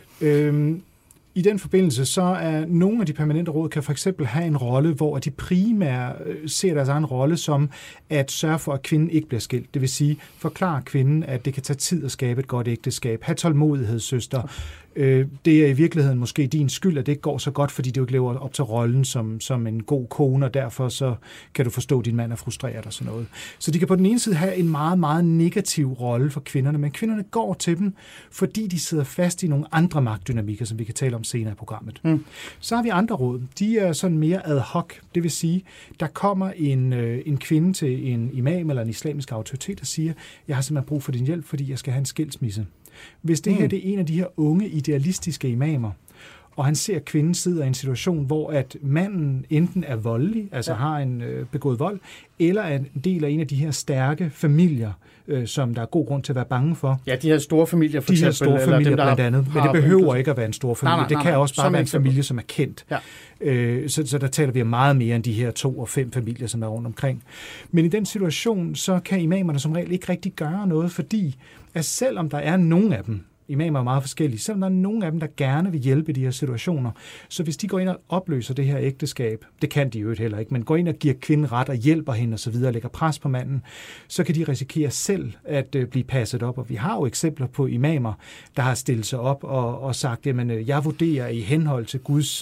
I den forbindelse, så er nogle af de permanente råd kan for eksempel have en rolle, hvor de primært ser deres egen rolle som at sørge for, at kvinden ikke bliver skilt. Det vil sige, forklare kvinden, at det kan tage tid at skabe et godt ægteskab. Ha' tålmodighed, søster. Det er i virkeligheden måske din skyld, at det ikke går så godt, fordi du ikke lever op til rollen som en god kone, og derfor så kan du forstå, at din mand er frustreret og sådan noget. Så de kan på den ene side have en meget, meget negativ rolle for kvinderne, men kvinderne går til dem, fordi de sidder fast i nogle andre magtdynamikker, som vi kan tale om senere i programmet. Så har vi andre råd. De er sådan mere ad hoc. Det vil sige, der kommer en kvinde til en imam eller en islamisk autoritet og siger, jeg har simpelthen brug for din hjælp, fordi jeg skal have en skilsmisse. Hvis det her det er en af de her unge idealistiske imamer, og han ser, at kvinden sidder i en situation, hvor at manden enten er voldelig, altså har en begået vold, eller er en del af en af de her stærke familier, som der er god grund til at være bange for. Ja, de her store familier for eksempel. De her store familier blandt andet, men det behøver ikke at være en stor familie. Nej, det kan også bare være en familie, som er kendt. Ja. Så der taler vi om meget mere end de her 2 og 5 familier, som er rundt omkring. Men i den situation, så kan imamerne som regel ikke rigtig gøre noget, fordi at selvom der er nogen af dem, imamer er meget forskellige, selvom der er nogen af dem, der gerne vil hjælpe i de her situationer, så hvis de går ind og opløser det her ægteskab, det kan de jo heller ikke, men går ind og giver kvinden ret og hjælper hende osv., og lægger pres på manden, så kan de risikere selv at blive passet op. Og vi har jo eksempler på imamer, der har stillet sig op og sagt, at jeg vurderer i henhold til Guds,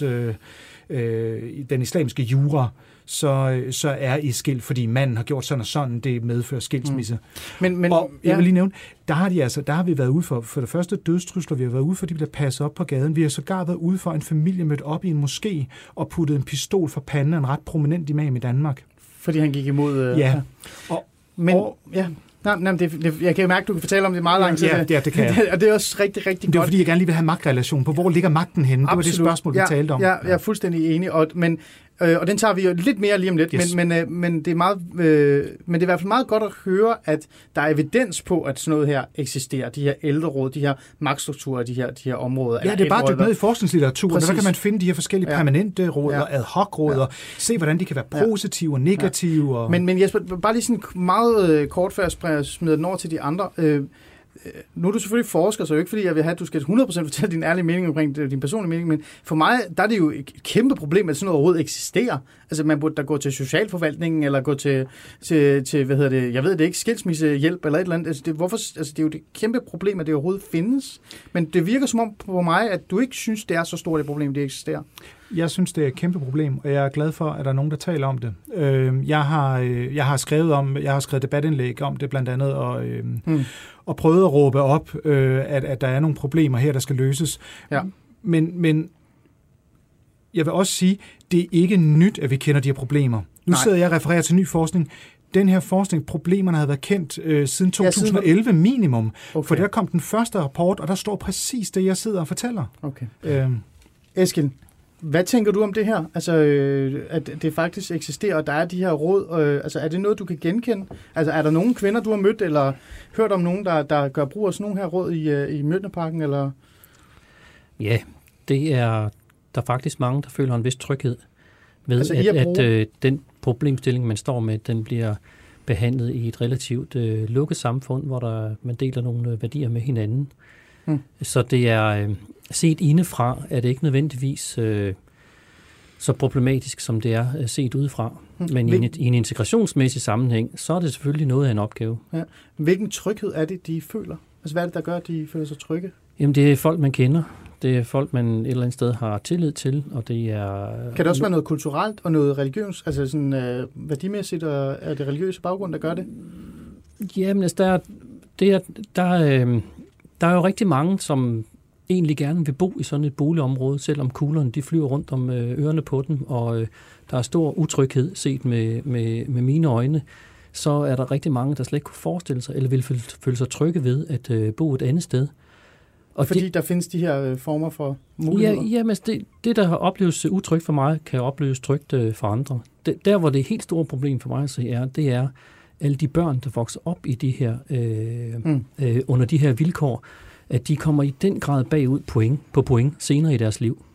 den islamiske jura, så er I skilt, fordi manden har gjort sådan og sådan, det medfører skilsmisse. Og jeg vil lige nævne, der har vi været ude for det første dødstrusler, vi har været ude for, de bliver passet op på gaden. Vi har sågar været ude for en familie mødt op i en moské og puttet en pistol for panden af en ret prominent imam i Danmark. Fordi han gik imod... Ja. Jeg kan mærke, at du kan fortælle om det meget lang tid. Ja, det kan jeg. Og det er også rigtig, rigtig godt. Det er fordi, jeg gerne lige vil have magtrelation på. Hvor ligger magten henne? Det var det spørgsmål, vi talte om. Jeg er fuldstændig enig. Og den tager vi jo lidt mere lige om lidt, yes. men det er meget, men det er i hvert fald meget godt at høre, at der er evidens på, at sådan noget her eksisterer. De her ældreråd, de her magtstrukturer, de her områder. Ja, det er bare dybt ned i forskningslitteraturen, og der kan man finde de her forskellige permanente råd og ad hoc-råd, og se, hvordan de kan være positive og negative. Og... Men Jesper, bare lige sådan meget kort, før jeg smider den over til de andre. Nu er du selvfølgelig forsker, så jo ikke fordi jeg vil have, at du skal 100% fortælle din ærlige mening omkring din personlige mening, men for mig, der er det jo et kæmpe problem, at sådan noget overhovedet eksisterer. Altså man burde da gå til socialforvaltningen, eller gå til jeg ved det ikke, skilsmissehjælp, eller et eller andet. Altså det er jo et kæmpe problem, at det overhovedet findes. Men det virker som om på mig, at du ikke synes, det er så stort et problem, det eksisterer. Jeg synes, det er et kæmpe problem, og jeg er glad for, at der er nogen, der taler om det. Jeg har skrevet debatindlæg om det blandt andet, og prøvet at råbe op, at der er nogle problemer her, der skal løses. Ja. Men jeg vil også sige, det er ikke nyt, at vi kender de her problemer. Nu sidder jeg og refererer til ny forskning. Den her forskning, problemerne havde været kendt siden 2011 minimum. Okay. For der kom den første rapport, og der står præcis det, jeg sidder og fortæller. Okay. Eskild, hvad tænker du om det her? Altså, at det faktisk eksisterer, og der er de her råd. Altså, er det noget, du kan genkende? Altså, er der nogle kvinder, du har mødt, eller hørt om nogen, der gør brug af sådan nogle her råd i Mjølnerparken, eller... Ja, Det er der er faktisk mange, der føler en vis tryghed ved, altså, at den problemstilling, man står med, den bliver behandlet i et relativt lukket samfund, hvor man deler nogle værdier med hinanden. Så det er set indefra, er det ikke nødvendigvis så problematisk, som det er set udefra. Men i en integrationsmæssig sammenhæng, så er det selvfølgelig noget af en opgave. Ja. Hvilken tryghed er det, de føler? Altså, hvad er det, der gør, at de føler sig trygge? Jamen, det er folk, man kender. Det er folk, man et eller andet sted har tillid til, og det er... Kan det også være noget kulturelt og noget religiøst? Altså sådan værdimæssigt, og er det religiøse baggrund, der gør det? Jamen, altså, der er jo rigtig mange, som egentlig gerne vil bo i sådan et boligområde, selvom kuglerne de flyver rundt om ørerne på dem, og der er stor utryghed set med mine øjne, så er der rigtig mange, der slet ikke kunne forestille sig, eller vil føle sig trygge ved at bo et andet sted. Og fordi der findes de her former for muligheder? Ja, men det, der har oplevet utrygt for mig, kan opleves trygt for andre. Der, hvor det er helt store problem for mig at se, det er alle de børn, der vokser op i de her, under de her vilkår, at de kommer i den grad bagud på point senere i deres liv.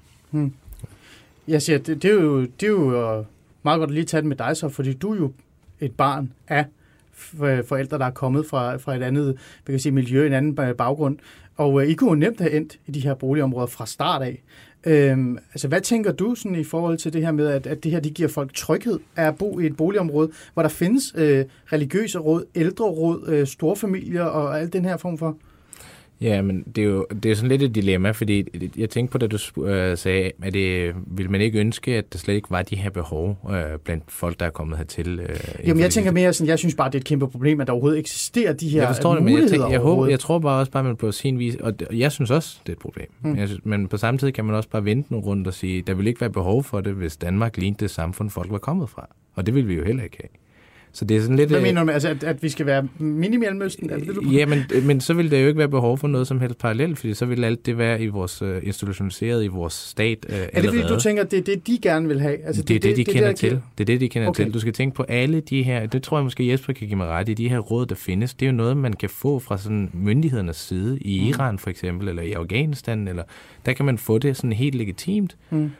Jeg siger, det er jo meget godt at lige tage det med dig så, fordi du er jo et barn af forældre, der er kommet fra et andet miljø, en anden baggrund. Og I kunne jo nemt have endt i de her boligområder fra start af. Altså, hvad tænker du sådan i forhold til det her med, at det her det giver folk tryghed af at bo i et boligområde, hvor der findes religiøse råd, ældreråd, storfamilier og alt den her form for? Ja, men det er sådan lidt et dilemma, fordi jeg tænkte på, da du sagde, at ville man ikke ønske, at der slet ikke var de her behov blandt folk, der er kommet hertil? Jamen, jeg tænker mere sådan, jeg synes bare, det er et kæmpe problem, at der overhovedet eksisterer de her muligheder. Jeg tror bare også, man på sin vis, og jeg synes også, det er et problem. Men på samme tid kan man også bare vente nu rundt og sige, der vil ikke være behov for det, hvis Danmark lignede det samfund, folk var kommet fra. Og det vil vi jo heller ikke have. Så det er sådan lidt... Hvad mener du med, altså, at vi skal være mini-Mellemøsten? Ja, men så vil der jo ikke være behov for noget som helst parallelt, fordi så vil alt det være i vores institutionaliseret i vores stat allerede. Er det fordi, du tænker, at det er det, de gerne vil have? Altså, det er det, de kender til. Det er det, de kender til. Du skal tænke på alle de her, det tror jeg måske Jesper kan give mig ret i, de her råd, der findes, det er jo noget, man kan få fra sådan myndighedernes side, i Iran for eksempel, eller i Afghanistan, eller der kan man få det sådan helt legitimt.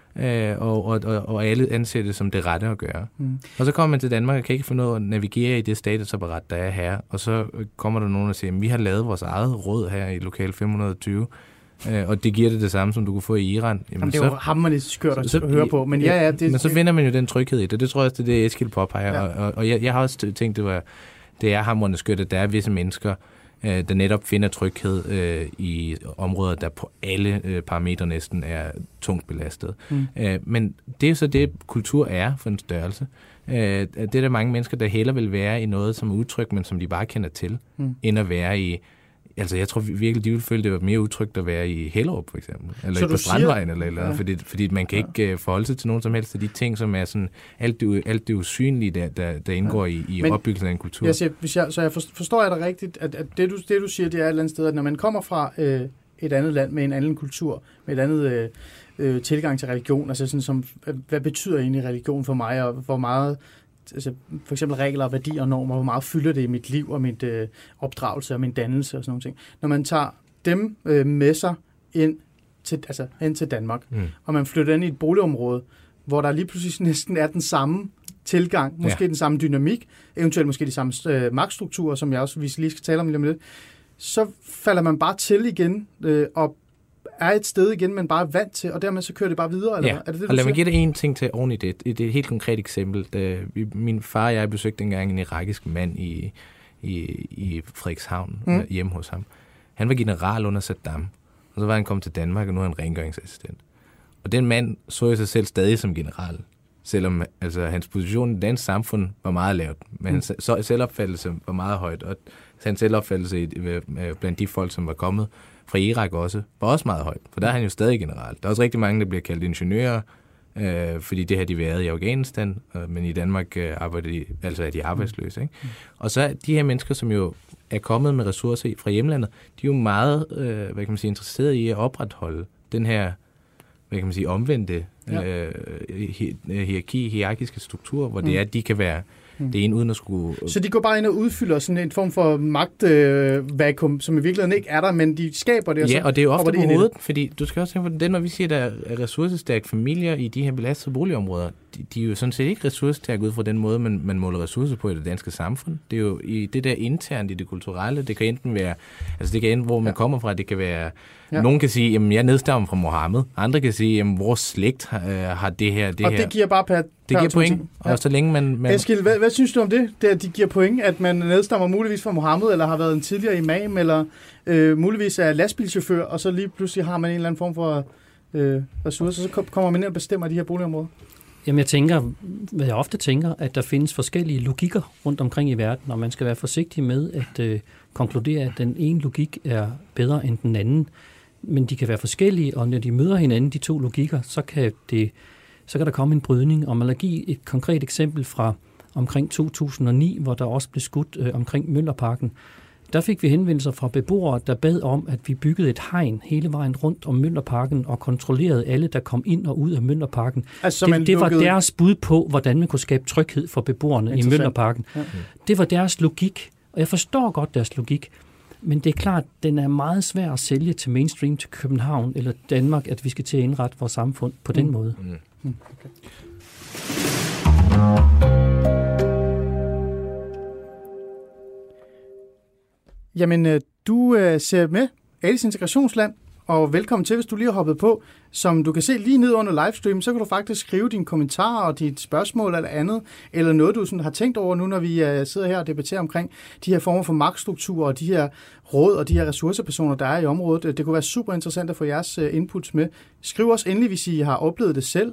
Og alle anser det som det rette at gøre. Og så kommer man til Danmark og kan ikke få noget at navigere i det statusapparat, der er her. Og så kommer der nogen og siger, at vi har lavet vores eget råd her i lokal 520, og det giver det samme, som du kunne få i Iran. Jamen, det er jo hammerligt skørt at høre på. Men, men så finder man jo den tryghed i det. Det tror jeg også, det er det, Eskild påpeger. Ja. Og jeg har også tænkt, det er hamrende skørt, at der er visse mennesker, der netop finder tryghed i områder, der på alle parametre næsten er tungt belastet. Men det er så det, kultur er for en størrelse. Det er der mange mennesker, der hellere vil være i noget, som er utrygt, men som de bare kender til, end at være i... Altså, jeg tror virkelig, de vil føle, det var mere utrygt at være i Hellerup, for eksempel. Eller på Strandvejen, eller fordi man kan ikke forholde sig til nogen som helst af de ting, som er sådan alt det usynlige, der indgår i opbyggelsen af en kultur. Jeg forstår jeg dig rigtigt, at det du siger, det er et eller andet sted, at når man kommer fra et andet land med en anden kultur, med et andet tilgang til religion, altså sådan som, hvad betyder egentlig religion for mig, og hvor meget... Altså for eksempel regler og værdier og normer, hvor meget fylder det i mit liv og mit opdragelse og min dannelse og sådan nogle ting. Når man tager dem med sig ind til Danmark, og man flytter ind i et boligområde, hvor der lige pludselig næsten er den samme tilgang, måske den samme dynamik, eventuelt måske de samme magtstrukturer, som jeg også lige skal tale om lidt, så falder man bare til igen og er et sted igen, man bare er vant til, og dermed så kører det bare videre? Eller er det, og lad mig give dig en ting til oven i det. Det er et helt konkret eksempel. Min far og jeg besøgte engang en irakisk mand i Frederikshavn, hjemme hos ham. Han var general under Saddam, og så var han kommet til Danmark, og nu er han rengøringsassistent. Og den mand så sig selv stadig som general, selvom altså, hans position i det danske samfund var meget lavt, men hans selvopfattelse var meget højt, og hans selvopfattelse blandt de folk, som var kommet fra Irak også, var også meget højt, for der er han jo stadig general. Der er også rigtig mange, der bliver kaldt ingeniører, fordi det har de været i Afghanistan, men i Danmark arbejder de, altså er de arbejdsløse. Ikke? Og så de her mennesker, som jo er kommet med ressourcer fra hjemlandet, de er jo meget interesserede i at opretholde den her omvendte hierarkiske struktur, hvor det er, at de kan være det ene uden at skulle... Så de går bare ind og udfylder sådan en form for magtvakuum, som i virkeligheden ikke er der, men de skaber det. Ja, og det er jo ofte på hovedet, fordi du skal også tænke på det, når vi siger, at der er ressourcestærke familier i de her belastede boligområder, de er jo sådan set ikke ressourcestærke ud fra den måde, man måler ressourcer på i det danske samfund. Det er jo i det der internt i det kulturelle, det kan enten være, altså det kan enten, hvor man kommer fra, det kan være, nogen kan sige, jamen jeg nedstammer fra Mohammed, andre kan sige, jamen vores slægt har det her. Og det giver bare det giver point, og så længe man... Eskild, hvad synes du om det, at de giver point, at man nedstammer muligvis fra Mohammed, eller har været en tidligere imam, eller muligvis er lastbilchauffør, og så lige pludselig har man en eller anden form for ressourcer, så kommer man ind og bestemmer de her boligområder? Jamen jeg tænker, hvad jeg ofte tænker, at der findes forskellige logikker rundt omkring i verden, og man skal være forsigtig med at konkludere, at den ene logik er bedre end den anden. Men de kan være forskellige, og når de møder hinanden, de to logikker, så kan der komme en brydning. Og man vil give et konkret eksempel fra omkring 2009, hvor der også blev skudt omkring Mjølnerparken. Der fik vi henvendelser fra beboere, der bad om, at vi byggede et hegn hele vejen rundt om Mjølnerparken og kontrollerede alle, der kom ind og ud af Mjølnerparken. Altså, det var deres bud på, hvordan man kunne skabe tryghed for beboerne i Mjølnerparken. Ja. Det var deres logik, og jeg forstår godt deres logik, men det er klart, at den er meget svær at sælge til mainstream, til København eller Danmark, at vi skal til at indrette vores samfund på den måde. Okay. Jamen, du ser med Alis Integrationsland, og velkommen til, hvis du lige har hoppet på. Som du kan se lige ned under livestream, så kan du faktisk skrive dine kommentarer og dit spørgsmål eller andet, eller noget, du sådan har tænkt over nu, når vi sidder her og debatterer omkring de her former for magtstrukturer og de her råd og de her ressourcepersoner, der er i området. Det kunne være super interessant at få jeres inputs med. Skriv os endelig, hvis I har oplevet det selv,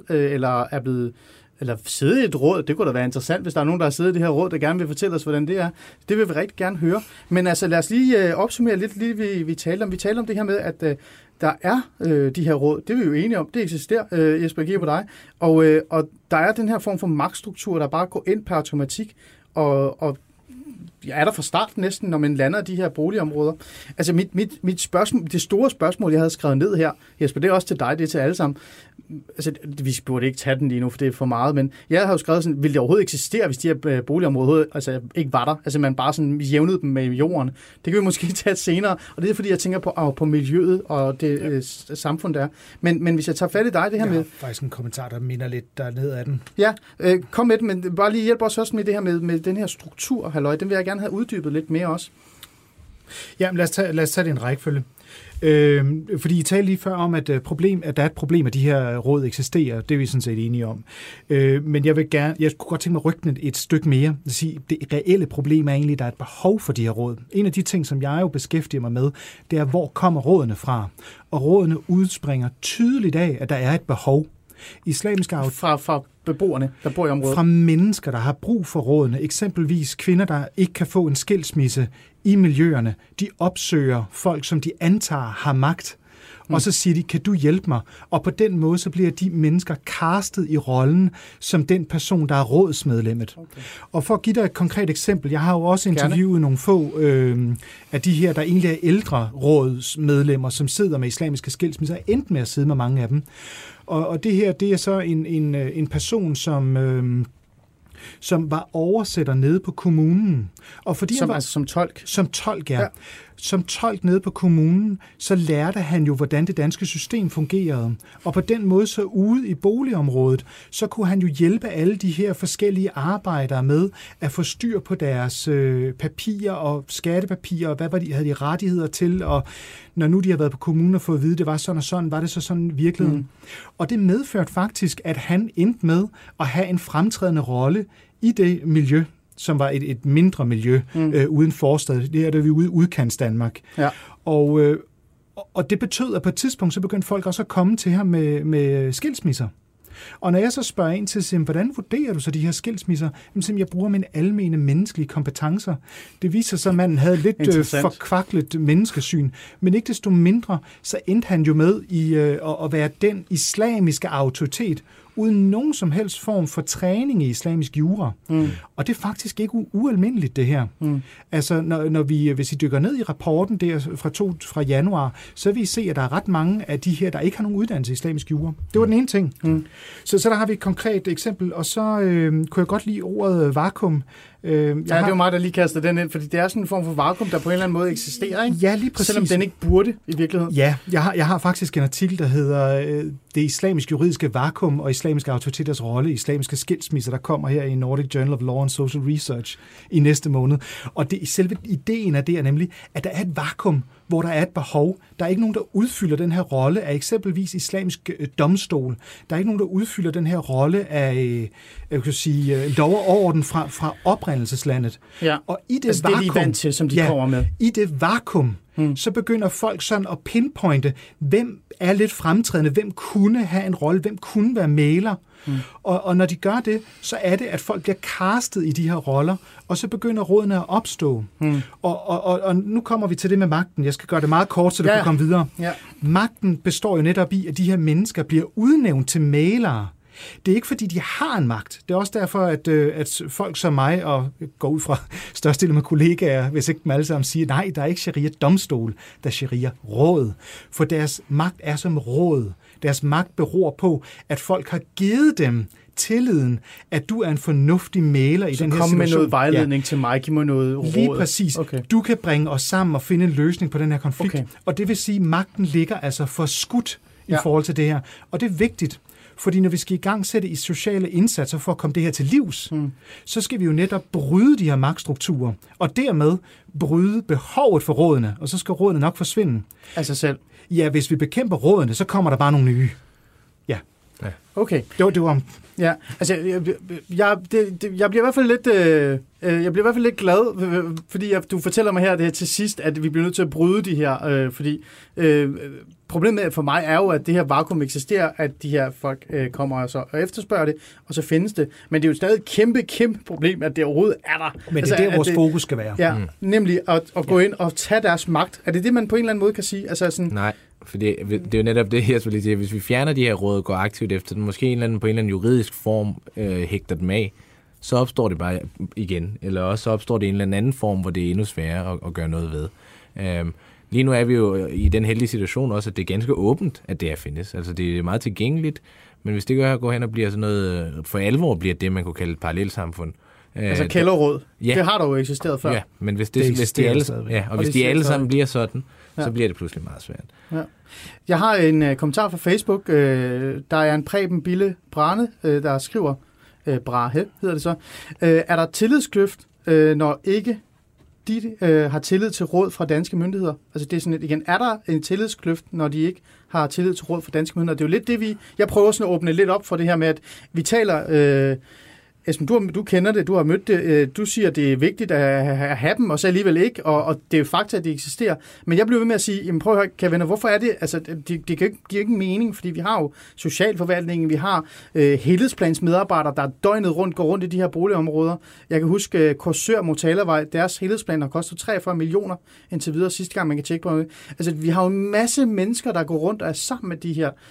eller sidde i et råd. Det kunne da være interessant, hvis der er nogen, der har siddet i det her råd, der gerne vil fortælle os, hvordan det er. Det vil vi rigtig gerne høre. Men altså, lad os lige opsummere lidt, vi taler om. Vi taler om det her med, at der er de her råd. Det er vi jo enige om. Det eksisterer, Jesper, jeg giver på dig. Og der er den her form for magtstruktur, der bare går ind per automatik, og er der fra start næsten, når man lander de her boligområder. Altså mit spørgsmål, det store spørgsmål, jeg havde skrevet ned her, Jesper, det er også til dig, det er til alle sammen. Altså, vi burde ikke tage den lige nu, for det er for meget, men jeg har jo skrevet sådan, ville det overhovedet eksistere, hvis de her boligområder ikke var der? Altså, man bare sådan jævnede dem med jorden. Det kan vi måske tage senere, og det er fordi, jeg tænker på miljøet og det samfund, der er. Men hvis jeg tager fat i dig, det her med... Jeg har faktisk en kommentar, der minder lidt dernede af den. Ja, kom med den, men bare lige hjælp os også med det her med den her struktur, halløj. Den vil jeg gerne have uddybet lidt mere også. Ja, lad os tage det en rækkefølge. Fordi I talte lige før om, at der er et problem, at de her råd eksisterer. Det er vi sådan set enige om. Men jeg kunne godt tænke mig at rykke den et stykke mere. Det reelle problem er egentlig, at der er et behov for de her råd. En af de ting, som jeg jo beskæftiger mig med, det er, hvor kommer rådene fra? Og rådene udspringer tydeligt af, at der er et behov. Islamiske fra beboerne, der bor i området. Fra mennesker, der har brug for rådene. Eksempelvis kvinder, der ikke kan få en skilsmisse i miljøerne. De opsøger folk, som de antager har magt. Og så siger de, kan du hjælpe mig? Og på den måde, så bliver de mennesker castet i rollen som den person, der er rådsmedlemmet. Okay. Og for at give dig et konkret eksempel, jeg har jo også interviewet nogle få af de her, der egentlig er ældre rådsmedlemmer, som sidder med islamiske skilsmisser, og endte med at sidde med mange af dem. Og det her, det er så en person, som var oversætter nede på kommunen. Og fordi som tolk? Som tolk, ja. Som tolk nede på kommunen, så lærte han jo, hvordan det danske system fungerede. Og på den måde, så ude i boligområdet, så kunne han jo hjælpe alle de her forskellige arbejdere med at få styr på deres papirer og skattepapirer, og hvad havde de rettigheder til, og når nu de har været på kommunen og fået at vide, det var sådan og sådan, var det så sådan i virkeligheden. Og det medførte faktisk, at han endte med at have en fremtrædende rolle i det miljø, som var et mindre miljø uden forstad. Det er der vi ude i udkants Danmark. Ja. Og det betød, at på et tidspunkt, så begyndte folk også at komme til ham med skilsmisser. Og når jeg så spørger ind til, hvordan vurderer du så de her skilsmisser? Jamen, jeg bruger mine almene menneskelige kompetencer. Det viser sig, at manden havde lidt forkvaklet menneskesyn. Men ikke desto mindre, så endte han jo med at være den islamiske autoritet uden nogen som helst form for træning i islamisk jura. Og det er faktisk ikke ualmindeligt, det her. Altså, når vi, hvis I dykker ned i rapporten der fra januar, så vil I se, at der er ret mange af de her, der ikke har nogen uddannelse i islamisk jura. Det var den ene ting. Så der har vi et konkret eksempel, og så kunne jeg godt lide ordet vakuum. Det er jo mig, der lige kaster den ind, fordi det er sådan en form for vakuum, der på en eller anden måde eksisterer, ikke? Ja, lige præcis. Selvom den ikke burde i virkeligheden. Ja, jeg har faktisk en artikel, der hedder Det islamiske juridiske vakuum og islamiske autoriteters rolle i islamiske skilsmisser, der kommer her i Nordic Journal of Law and Social Research i næste måned. Og selve ideen af det er nemlig, at der er et vakuum, hvor der er et behov. Der er ikke nogen, der udfylder den her rolle af eksempelvis islamisk domstol. Der er ikke nogen, der udfylder den her rolle af lov og orden fra oprindelseslandet. Ja. Og i det vakuum, det er de vant til, som de kommer med. I det vakuum, så begynder folk sådan at pinpointe, hvem er lidt fremtrædende, hvem kunne have en rolle, hvem kunne være mægler. Og når de gør det, så er det, at folk bliver castet i de her roller, og så begynder rådene at opstå. Og nu kommer vi til det med magten. Jeg skal gøre det meget kort, så du kan komme videre. Ja. Magten består jo netop i, at de her mennesker bliver udnævnt til mæglere. Det er ikke, fordi de har en magt. Det er også derfor, at folk som mig, og går ud fra størstedelen af kollegaer, hvis ikke dem alle sammen siger, nej, der er ikke sharia-domstol, der er sharia-råd. For deres magt er som råd. Deres magt beror på, at folk har givet dem tilliden, at du er en fornuftig mægler i den her situation. Så kom med noget vejledning til mig, giv mig noget råd. Lige præcis. Okay. Du kan bringe os sammen og finde en løsning på den her konflikt. Okay. Og det vil sige, at magten ligger altså for skudt i forhold til det her. Og det er vigtigt. Fordi når vi skal i gang sætte i sociale indsatser for at komme det her til livs, så skal vi jo netop bryde de her magtstrukturer, og dermed bryde behovet for rådene, og så skal rådene nok forsvinde. Af sig selv? Ja, hvis vi bekæmper rådene, så kommer der bare nogle nye. Ja. Okay. Det var Ja, altså jeg bliver i hvert fald lidt jeg bliver i hvert fald lidt glad, fordi du fortæller mig her det her til sidst, at vi bliver nødt til at bryde de her, fordi problemet for mig er jo, at det her vakuum eksisterer, at de her folk kommer og efterspørger det, og så findes det. Men det er jo stadig et kæmpe problem, at det overhovedet er der. Men det er der, vores fokus skal være. Ja, nemlig at gå ind og tage deres magt. Er det det, man på en eller anden måde kan sige? Altså sådan, nej. For det er jo netop det her, så hvis vi fjerner de her råd og går aktivt efter den, måske på en eller anden juridisk form hægter dem af, så opstår det bare igen. Eller også så opstår det en eller anden form, hvor det er endnu sværere at gøre noget ved. Lige nu er vi jo i den heldige situation også, at det er ganske åbent, at det her findes. Altså det er meget tilgængeligt, men hvis det går hen og bliver sådan noget, for alvor bliver det, man kunne kalde et parallelsamfund. Altså kælderråd. Ja. Det har der jo eksisteret før. Ja, men hvis de alle sammen bliver sådan, så bliver det pludselig meget svært. Ja. Jeg har en kommentar fra Facebook. Der er en Preben Bille Brane, der skriver, Brahe hedder det så, er der tillidskløft, når ikke de har tillid til råd fra danske myndigheder? Altså det er sådan igen, er der en tillidskløft, når de ikke har tillid til råd fra danske myndigheder? Det er jo lidt det, jeg prøver sådan at åbne lidt op for det her med, at vi taler... Esben, du kender det, du har mødt det, du siger, at det er vigtigt at have dem, og så alligevel ikke, og det er jo fakta, at de eksisterer. Men jeg bliver ved med at sige, jamen prøv at høre, kære venner, hvorfor er det? Altså, det giver ikke mening, fordi vi har jo socialforvaltningen, vi har helhedsplansmedarbejdere, der døgnet rundt går rundt i de her boligområder. Jeg kan huske Korsør Motalervej, deres helhedsplan har kostet 43 millioner indtil videre sidste gang, man kan tjekke på det. Altså, vi har jo en masse mennesker, der går rundt og er sammen med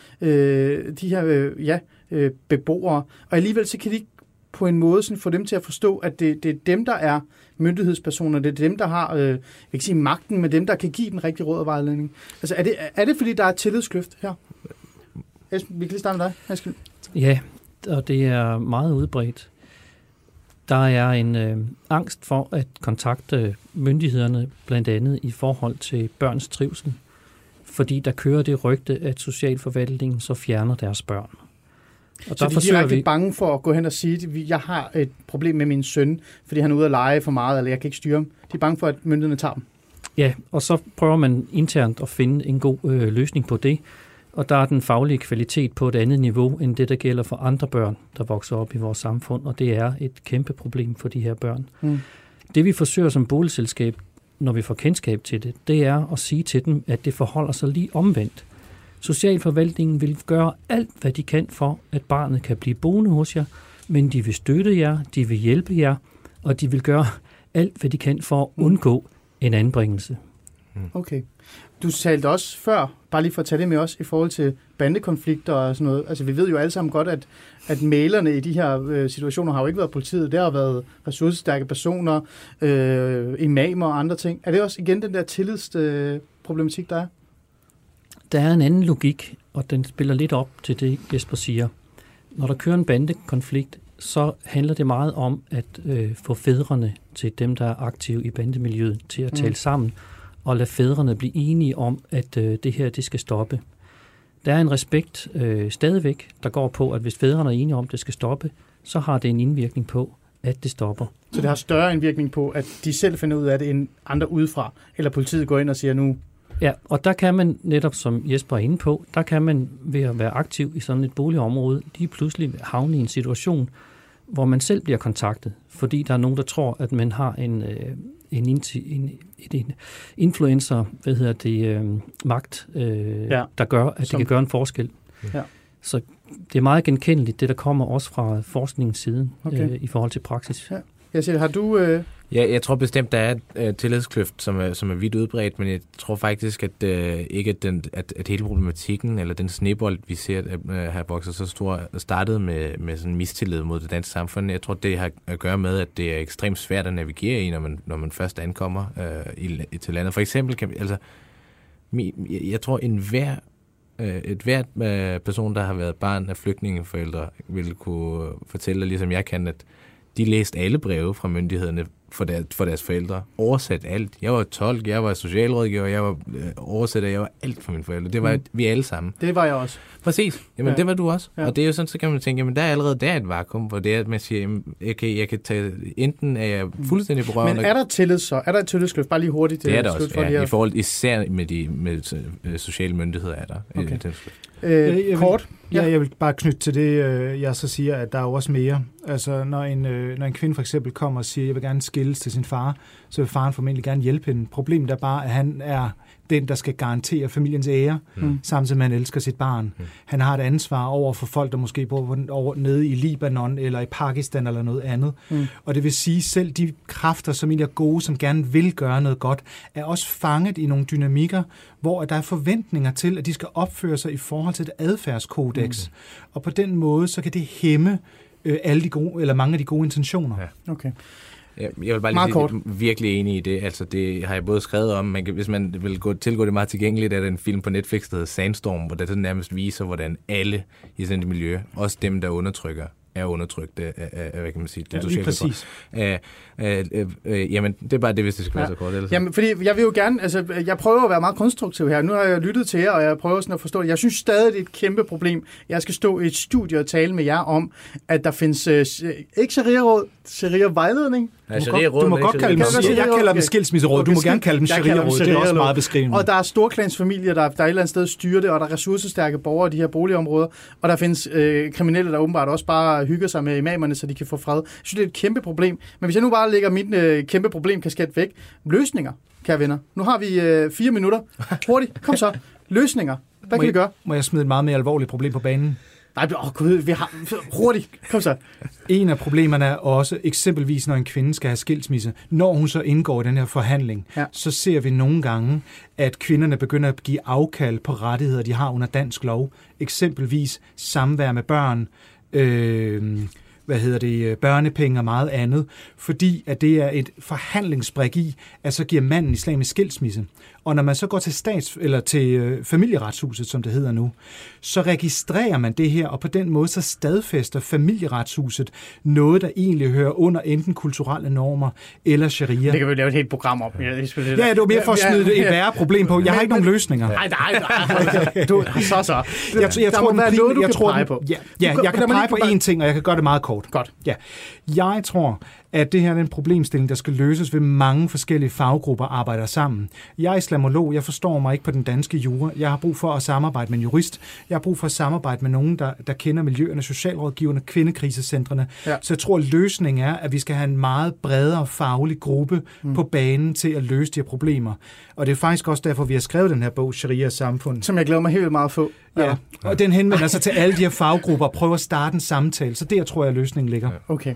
de her beboere, og alligevel så kan de på en måde sådan få dem til at forstå, at det er dem, der er myndighedspersoner, det er dem, der har jeg kan sige magten, men dem, der kan give den rigtige råd og vejledning. Altså, er det fordi, der er et tillidskløft her? Esben, vi kan lige starte med dig. Esben. Ja, og det er meget udbredt. Der er en angst for at kontakte myndighederne, blandt andet i forhold til børns trivsel, fordi der kører det rygte, at socialforvaltningen så fjerner deres børn. Og så de er direkte bange for at gå hen og sige, at jeg har et problem med min søn, fordi han er ude at lege for meget, eller jeg kan ikke styre ham. De er bange for, at myndighederne tager dem. Ja, og så prøver man internt at finde en god løsning på det. Og der er den faglige kvalitet på et andet niveau, end det, der gælder for andre børn, der vokser op i vores samfund. Og det er et kæmpe problem for de her børn. Det vi forsøger som boligselskab, når vi får kendskab til det, det er at sige til dem, at det forholder sig lige omvendt. Socialforvaltningen vil gøre alt, hvad de kan for, at barnet kan blive boende hos jer, men de vil støtte jer, de vil hjælpe jer, og de vil gøre alt, hvad de kan for at undgå en anbringelse. Okay. Du talte også før, bare lige for at tage det med os, i forhold til bandekonflikter og sådan noget. Altså, vi ved jo alle sammen godt, at mælerne i de her situationer har jo ikke været politiet. Det har været ressourcestærke personer, imamer og andre ting. Er det også igen den der tillidsproblematik, der er? Der er en anden logik, og den spiller lidt op til det, Jesper siger. Når der kører en bandekonflikt, så handler det meget om at få fædrene til dem, der er aktive i bandemiljøet, til at tale sammen og lade fædrene blive enige om, at det her det skal stoppe. Der er en respekt stadigvæk, der går på, at hvis fædrene er enige om, at det skal stoppe, så har det en indvirkning på, at det stopper. Så det har større indvirkning på, at de selv finder ud af det, end andre udefra, eller politiet går ind og siger nu... Ja, og der kan man netop, som Jesper er inde på, der kan man ved at være aktiv i sådan et boligområde, lige pludselig havne i en situation, hvor man selv bliver kontaktet, fordi der er nogen, der tror, at man har en influencer, magt, der gør, at det kan gøre en forskel. Ja. Så det er meget genkendeligt, det der kommer også fra forskningens side i forhold til praksis. Ja. Jeg siger, har du... Ja, jeg tror bestemt, der er et tillidskløft, som er vidt udbredt, men jeg tror faktisk, at ikke at hele problematikken, eller den snebold, vi ser have vokset så stor, startede med sådan mistillid mod det danske samfund. Jeg tror, det har at gøre med, at det er ekstremt svært at navigere i, når man først ankommer til landet. For eksempel, jeg tror, et hvert person, der har været barn af flygtningeforældre, vil kunne fortælle, ligesom jeg kan, at de læste alle breve fra myndighederne for deres forældre. Oversat alt. Jeg var tolk, jeg var socialrådgiver, jeg var oversætter, jeg var alt for mine forældre. Det var vi alle sammen. Det var jeg også. Præcis. Jamen, det var du også. Ja. Og det er jo sådan, så kan man tænke, jamen, der er allerede et vakuum, hvor det er, at man siger, jamen, jeg kan tage, enten er jeg fuldstændig berørt. Men er der tillid så? Er der et tillidskløft? Bare lige hurtigt. Det er der også, ja. I forhold især med sociale myndigheder er der. Okay. Kort? Ja, jeg vil bare knytte til det, jeg så siger, at der er jo også mere. Altså, når en kvinde for eksempel kommer og siger, jeg vil gerne skilles til sin far, så vil faren formentlig gerne hjælpe hende. Problemet er bare, at han er den, der skal garantere familiens ære, samtidig med, at han elsker sit barn. Han har et ansvar over for folk, der måske bor nede i Libanon eller i Pakistan eller noget andet. Og det vil sige, selv de kræfter, som egentlig er gode, som gerne vil gøre noget godt, er også fanget i nogle dynamikker, hvor der er forventninger til, at de skal opføre sig i forhold til et adfærdskodex. Og på den måde, så kan det hæmme alle de gode, eller mange af de gode intentioner. Ja. Okay. Ja, jeg vil bare lige sige, at jeg er virkelig enig i det. Altså, det har jeg både skrevet om, hvis man vil tilgå det meget tilgængeligt, er der en film på Netflix, der hedder Sandstorm, hvor der nærmest viser, hvordan alle i sådan et miljø, også dem, der undertrykker, er undertrykt af hvad kan man sige, den sociale præcis. Jamen, det er bare det, hvis det skal være så kort. Ellers. Jamen, fordi jeg vil jo gerne, altså, jeg prøver at være meget konstruktiv her. Nu har jeg lyttet til jer, og jeg prøver sådan at forstå det. Jeg synes stadig, det er et kæmpe problem. Jeg skal stå i et studie og tale med jer om, at der findes ikke sharia-råd, sharia-vejledning. Ja, du må godt kalde dem, jeg kalder dem skilsmisseråd. Du må gerne kalde dem sharia-råd. Det er også meget beskrivende. Og der er storklansfamilier, der et eller andet sted styrer det, og der er ressourcestærke borgere i de her boligområder, og der findes kriminelle, der åbenbart også bare hygger sig med imamerne, så de kan få fred. Jeg synes, det er et kæmpe problem. Men hvis jeg nu bare lægger mit kæmpe problem kasket væk. Løsninger, kære venner. Nu har vi 4 minutter. Hurtigt, kom så. Løsninger. Hvad kan vi gøre? Må jeg smide et meget mere alvorligt problem på banen? Nej, Gud, vi har... Hurtigt, kom så. En af problemerne er også, eksempelvis når en kvinde skal have skilsmisse, når hun så indgår i den her forhandling, så ser vi nogle gange, at kvinderne begynder at give afkald på rettigheder, de har under dansk lov. Eksempelvis samvær med børn, børnepenge og meget andet, fordi at det er et forhandlingsbrik i, at så giver manden islamisk skilsmisse. Og når man så går til familieretshuset, som det hedder nu, så registrerer man det her, og på den måde så stadfæster familieretshuset noget, der egentlig hører under enten kulturelle normer eller sharia. Det kan vi lave et helt program om. Ja, det var mere for at smide et værre problem på. Jeg har ikke nogen løsninger. Nej. Jeg kan pege på én ting, og jeg kan gøre det meget kort. Godt. Ja. Jeg tror, at det her er en problemstilling, der skal løses ved mange forskellige faggrupper arbejder sammen. Jeg er islamolog, jeg forstår mig ikke på den danske jura. Jeg har brug for at samarbejde med en jurist. Jeg har brug for at samarbejde med nogen, der kender miljøerne, socialrådgiverne, kvindekrisecentrene. Ja. Så jeg tror, at løsningen er, at vi skal have en meget bredere faglig gruppe på banen til at løse de her problemer. Og det er faktisk også derfor, vi har skrevet den her bog, Sharia Samfund. Som jeg glæder mig helt meget få. Ja, og den henvender sig til alle de her faggrupper og prøver at starte en samtale. Så der tror jeg, at løsningen ligger. Okay.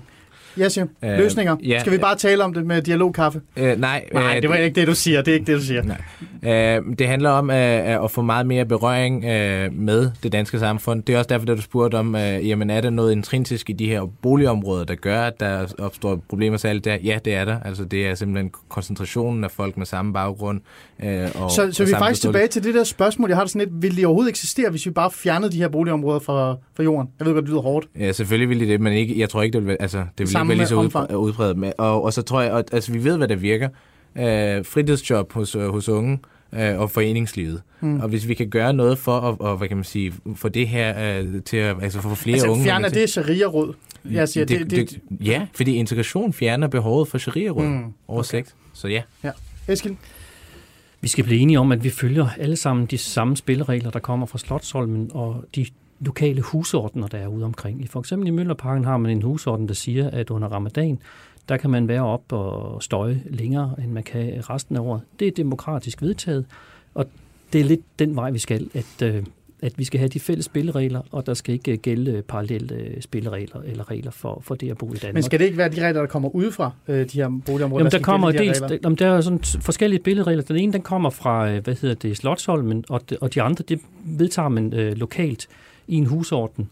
Yes, løsninger. Ja. Skal vi bare tale om det med dialogkaffe? Nej, det var ikke det, du siger. Det er ikke det, du siger. Nej. Det handler om at få meget mere berøring med det danske samfund. Det er også derfor, da du spurgte om, jamen er der noget intrinsisk i de her boligområder, der gør, at der opstår problemer særligt der? Ja, det er der. Altså, det er simpelthen koncentrationen af folk med samme baggrund. Så vi er faktisk tilbage til det der spørgsmål. Jeg har det sådan lidt, ville de overhovedet eksistere, hvis vi bare fjernede de her boligområder fra jorden? Jeg ved godt, det lyder hårdt. Ja, selvfølgelig ville det, men ikke, jeg tror ikke, det vil ikke være lige så udbredt med. Og så tror jeg, at vi ved, hvad der virker. Fritidsjob hos unge og foreningslivet. Og hvis vi kan gøre noget for at hvad kan man sige, for det her til at få flere unge. Fjerner det sharia-råd? Jeg siger, ja, fordi integration fjerner behovet for sharia-råd oversigt. Så ja. Eskild? Vi skal blive enige om, at vi følger alle sammen de samme spilleregler, der kommer fra Slotsholmen og de lokale husordner, der er ude omkring. For eksempel i Møllerparken har man en husorden, der siger, at under ramadan, der kan man være op og støje længere, end man kan resten af året. Det er demokratisk vedtaget, og det er lidt den vej, vi skal, at vi skal have de fælles spilleregler, og der skal ikke gælde parallelle spilleregler eller regler for det at bo i Danmark. Men skal det ikke være de regler, der kommer udefra de her boligområder? Jamen, der er sådan forskellige spilleregler. Den ene, den kommer fra, Slotsholmen, og de andre, det vedtager man lokalt i en husorden.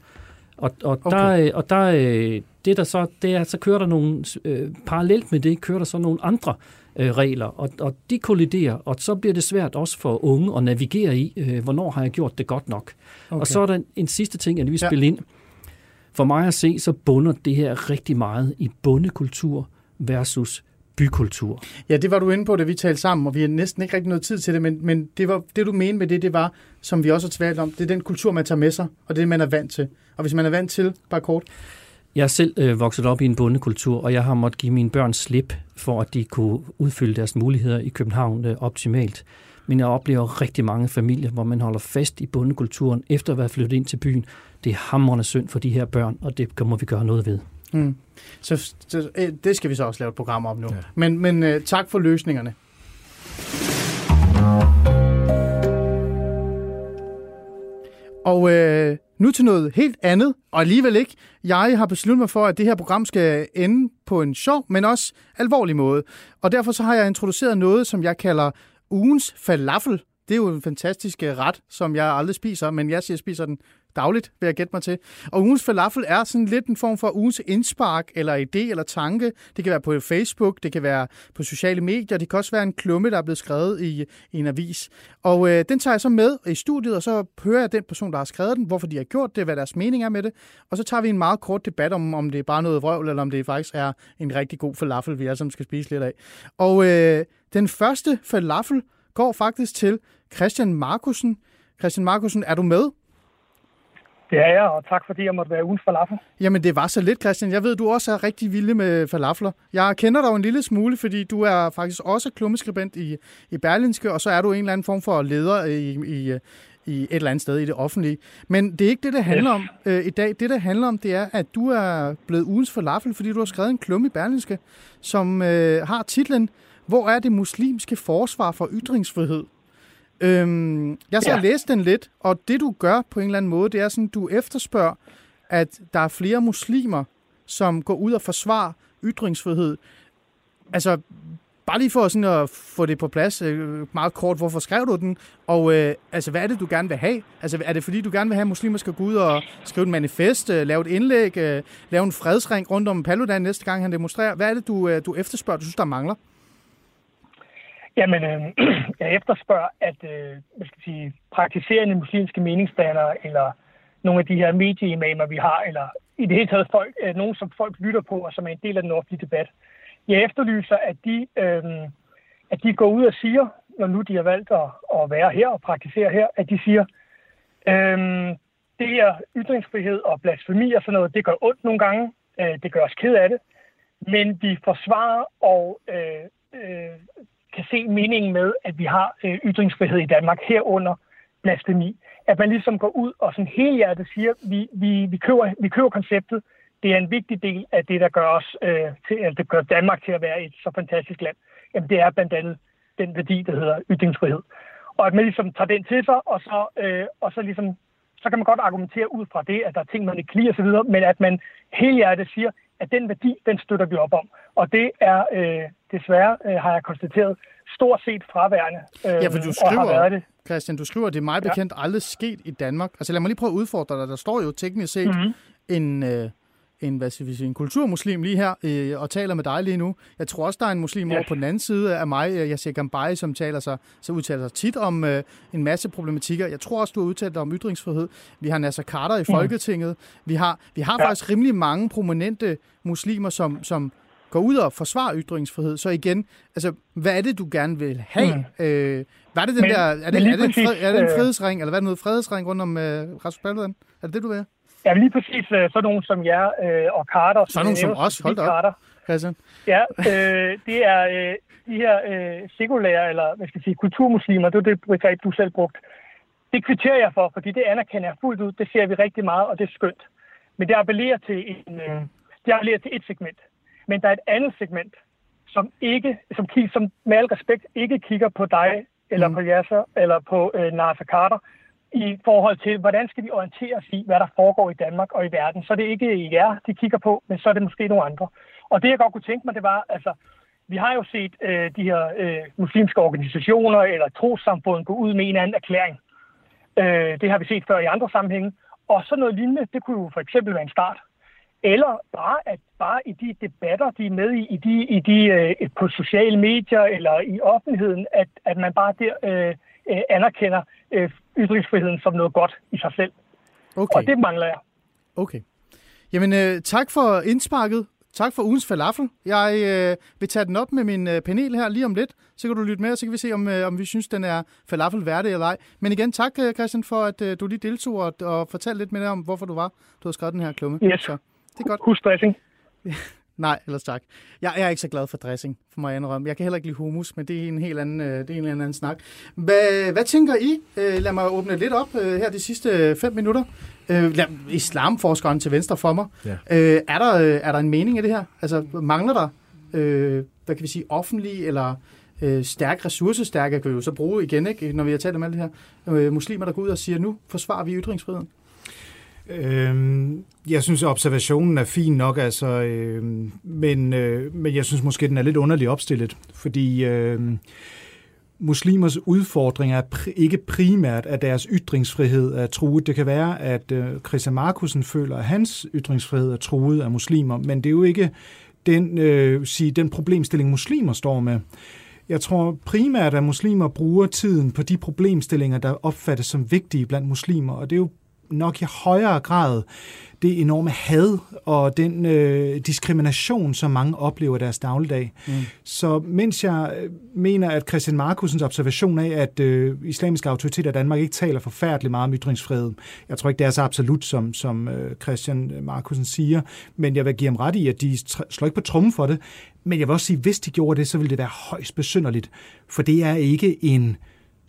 Så kører der nogle, parallelt med det, kører der så nogle andre regler, og de kolliderer, og så bliver det svært også for unge at navigere i, hvornår har jeg gjort det godt nok. Okay. Og så er der en sidste ting, jeg lige vil spille ind. For mig at se, så bunder det her rigtig meget i bondekultur versus bykultur. Ja, det var du inde på, da vi talte sammen, og vi har næsten ikke rigtig noget tid til det, men det var det, du mente med det var, som vi også har talt om, det er den kultur, man tager med sig, og det er det, man er vant til. Og hvis man er vant til, bare kort. Jeg er selv vokset op i en bondekultur, og jeg har måttet give mine børn slip, for at de kunne udfylde deres muligheder i København optimalt. Men jeg oplever rigtig mange familier, hvor man holder fast i bondekulturen, efter at være flyttet ind til byen. Det er hamrende synd for de her børn, og det må vi gøre noget ved. Så det skal vi så også lave et program om nu. Ja. Men tak for løsningerne. Og nu til noget helt andet, og alligevel ikke. Jeg har besluttet mig for, at det her program skal ende på en sjov, men også alvorlig måde. Og derfor så har jeg introduceret noget, som jeg kalder ugens falafel. Det er jo en fantastisk ret, som jeg aldrig spiser, men jeg spiser den dagligt, vil jeg gætte mig til. Og ugens falafel er sådan lidt en form for ugens indspark, eller idé, eller tanke. Det kan være på Facebook, det kan være på sociale medier, det kan også være en klumme, der er blevet skrevet i en avis. Og den tager jeg så med i studiet, og så hører jeg den person, der har skrevet den, hvorfor de har gjort det, hvad deres mening er med det. Og så tager vi en meget kort debat om det er bare noget vrøvl, eller om det faktisk er en rigtig god falafel, vi alle sammen skal spise lidt af. Og den første falafel går faktisk til Christian Markussen. Christian Markussen, er du med? Det er jeg, og tak fordi jeg måtte være ugens falafel. Jamen det var så lidt, Christian. Jeg ved, du også er rigtig vild med falafler. Jeg kender dig en lille smule, fordi du er faktisk også klummeskribent i Berlingske, og så er du en eller anden form for leder i et eller andet sted i det offentlige. Men det er ikke det, det handler om i dag. Det, der handler om, det er, at du er blevet ugens falafel, fordi du har skrevet en klumme i Berlingske, som har titlen "Hvor er det muslimske forsvar for ytringsfrihed?" Jeg så læst den lidt, og det du gør på en eller anden måde, det er sådan, du efterspørger, at der er flere muslimer, som går ud og forsvarer ytringsfrihed. Altså, bare lige for sådan at få det på plads, meget kort, hvorfor skrev du den? Og altså, hvad er det, du gerne vil have? Altså, er det fordi, du gerne vil have, at muslimer skal gå ud og skrive et manifest, lave et indlæg, lave en fredsring rundt om Paludan næste gang, han demonstrerer? Hvad er det, du efterspørger, du synes, der mangler? Jamen, jeg efterspørger, at praktiserende muslimske meningsdannere, eller nogle af de her medieimamer, vi har, eller i det hele taget nogen, som folk lytter på, og som er en del af den offentlige debat. Jeg efterlyser, at de går ud og siger, når nu de har valgt at være her og praktisere her, at de siger, det her ytringsfrihed og blasfemi og sådan noget, det gør ondt nogle gange, det gør os ked af det, men vi forsvarer og kan se meningen med, at vi har ytringsfrihed i Danmark herunder blasfemi. At man ligesom går ud og sådan helhjertet siger, vi køber konceptet. Det er en vigtig del af det, der gør det gør Danmark til at være et så fantastisk land. Jamen, det er blandt andet den værdi, der hedder ytringsfrihed. Og at man ligesom tager den til sig, og så ligesom, så kan man godt argumentere ud fra det, at der er ting, man ikke kan lide osv., men at man helhjertet siger, at den værdi, den støtter vi op om. Og det er desværre, har jeg konstateret, stort set fraværende. Ja, for du skriver, Christian, du skriver, at det er meget bekendt aldrig sket i Danmark. Altså lad mig lige prøve at udfordre dig. Der står jo teknisk set en kulturmuslim lige her og taler med dig lige nu. Jeg tror også, der er en muslim over på den anden side af mig, Yasir Gambari, som udtaler sig tit om en masse problematikker. Jeg tror også, du har udtalt dig om ytringsfrihed. Vi har Naser Khader i Folketinget. Vi har faktisk rimelig mange prominente muslimer, som går ud og forsvarer ytringsfrihed. Så igen, altså, hvad er det, du gerne vil have? Hvad er det den der? Er det en frihedsring, eller hvad er det noget frihedsring rundt om Rasmus Paludan? Er det det, du vil? Ja, lige præcis sådan nogen som jer og Carter. Sådan nogen som os, hold da op, Christian. Ja, det er de her sekulære, eller hvad skal jeg sige, kulturmuslimer, det er det begreb, du selv brugt. Det kvitterer jeg for, fordi det anerkender jeg fuldt ud. Det ser vi rigtig meget, og det er skønt. Men det appellerer til et segment. Men der er et andet segment, som med al respekt ikke kigger på dig, eller på Yasser, eller på Naser Khader, i forhold til, hvordan skal vi orientere os i, hvad der foregår i Danmark og i verden. Så det er ikke jer, de kigger på, men så er det måske nogle andre. Og det, jeg godt kunne tænke mig, det var, altså, vi har jo set de her muslimske organisationer eller trossamfund gå ud med en eller anden erklæring. Det har vi set før i andre sammenhænge. Og så noget lignende, det kunne jo for eksempel være en start. Eller bare i de debatter, de er med i på sociale medier eller i offentligheden, at man bare der anerkender ytringsfriheden som noget godt i sig selv. Okay. Og det mangler jeg. Okay. Jamen, tak for indsparket. Tak for ugens falafel. Jeg vil tage den op med min panel her lige om lidt. Så kan du lytte med, og så kan vi se, om vi synes, den er falafel værdig eller ej. Men igen, tak Christian, for at du lige deltog og fortalte lidt mere om, hvorfor du har skrevet den her klumme. Yes. Så, det er godt. Husk dressing. Nej, ellers tak. Jeg er ikke så glad for dressing, for mig at indrømme. Jeg kan heller ikke lide hummus, men det er en helt anden snak. Hvad tænker I? Lad mig åbne lidt op her de sidste 5 minutter. Islamforskeren til venstre for mig. Ja. Er der en mening i det her? Altså, mangler der, hvad kan vi sige, offentlig eller ressourcestærke, kan vi jo så bruge igen, ikke? Når vi har talt om alt det her. Muslimer, der går ud og siger, nu forsvarer vi ytringsfriheden. Jeg synes, observationen er fin nok, altså, men jeg synes måske, den er lidt underligt opstillet, fordi muslimers udfordring er ikke primært, at deres ytringsfrihed er truet. Det kan være, at Christian Marcussen føler, at hans ytringsfrihed er truet af muslimer, men det er jo ikke den problemstilling, muslimer står med. Jeg tror primært, at muslimer bruger tiden på de problemstillinger, der opfattes som vigtige blandt muslimer, og det er jo nok i højere grad det enorme had og den diskrimination, som mange oplever i deres dagligdag. Så mens jeg mener, at Christian Marcussens observation af, at islamiske autoriteter i Danmark ikke taler forfærdeligt meget om ytringsfrihed, jeg tror ikke, det er så absolut, som Christian Marcussen siger, men jeg vil give ham ret i, at de slår ikke på trommen for det. Men jeg vil også sige, at hvis de gjorde det, så ville det være højst besynderligt, for det er ikke en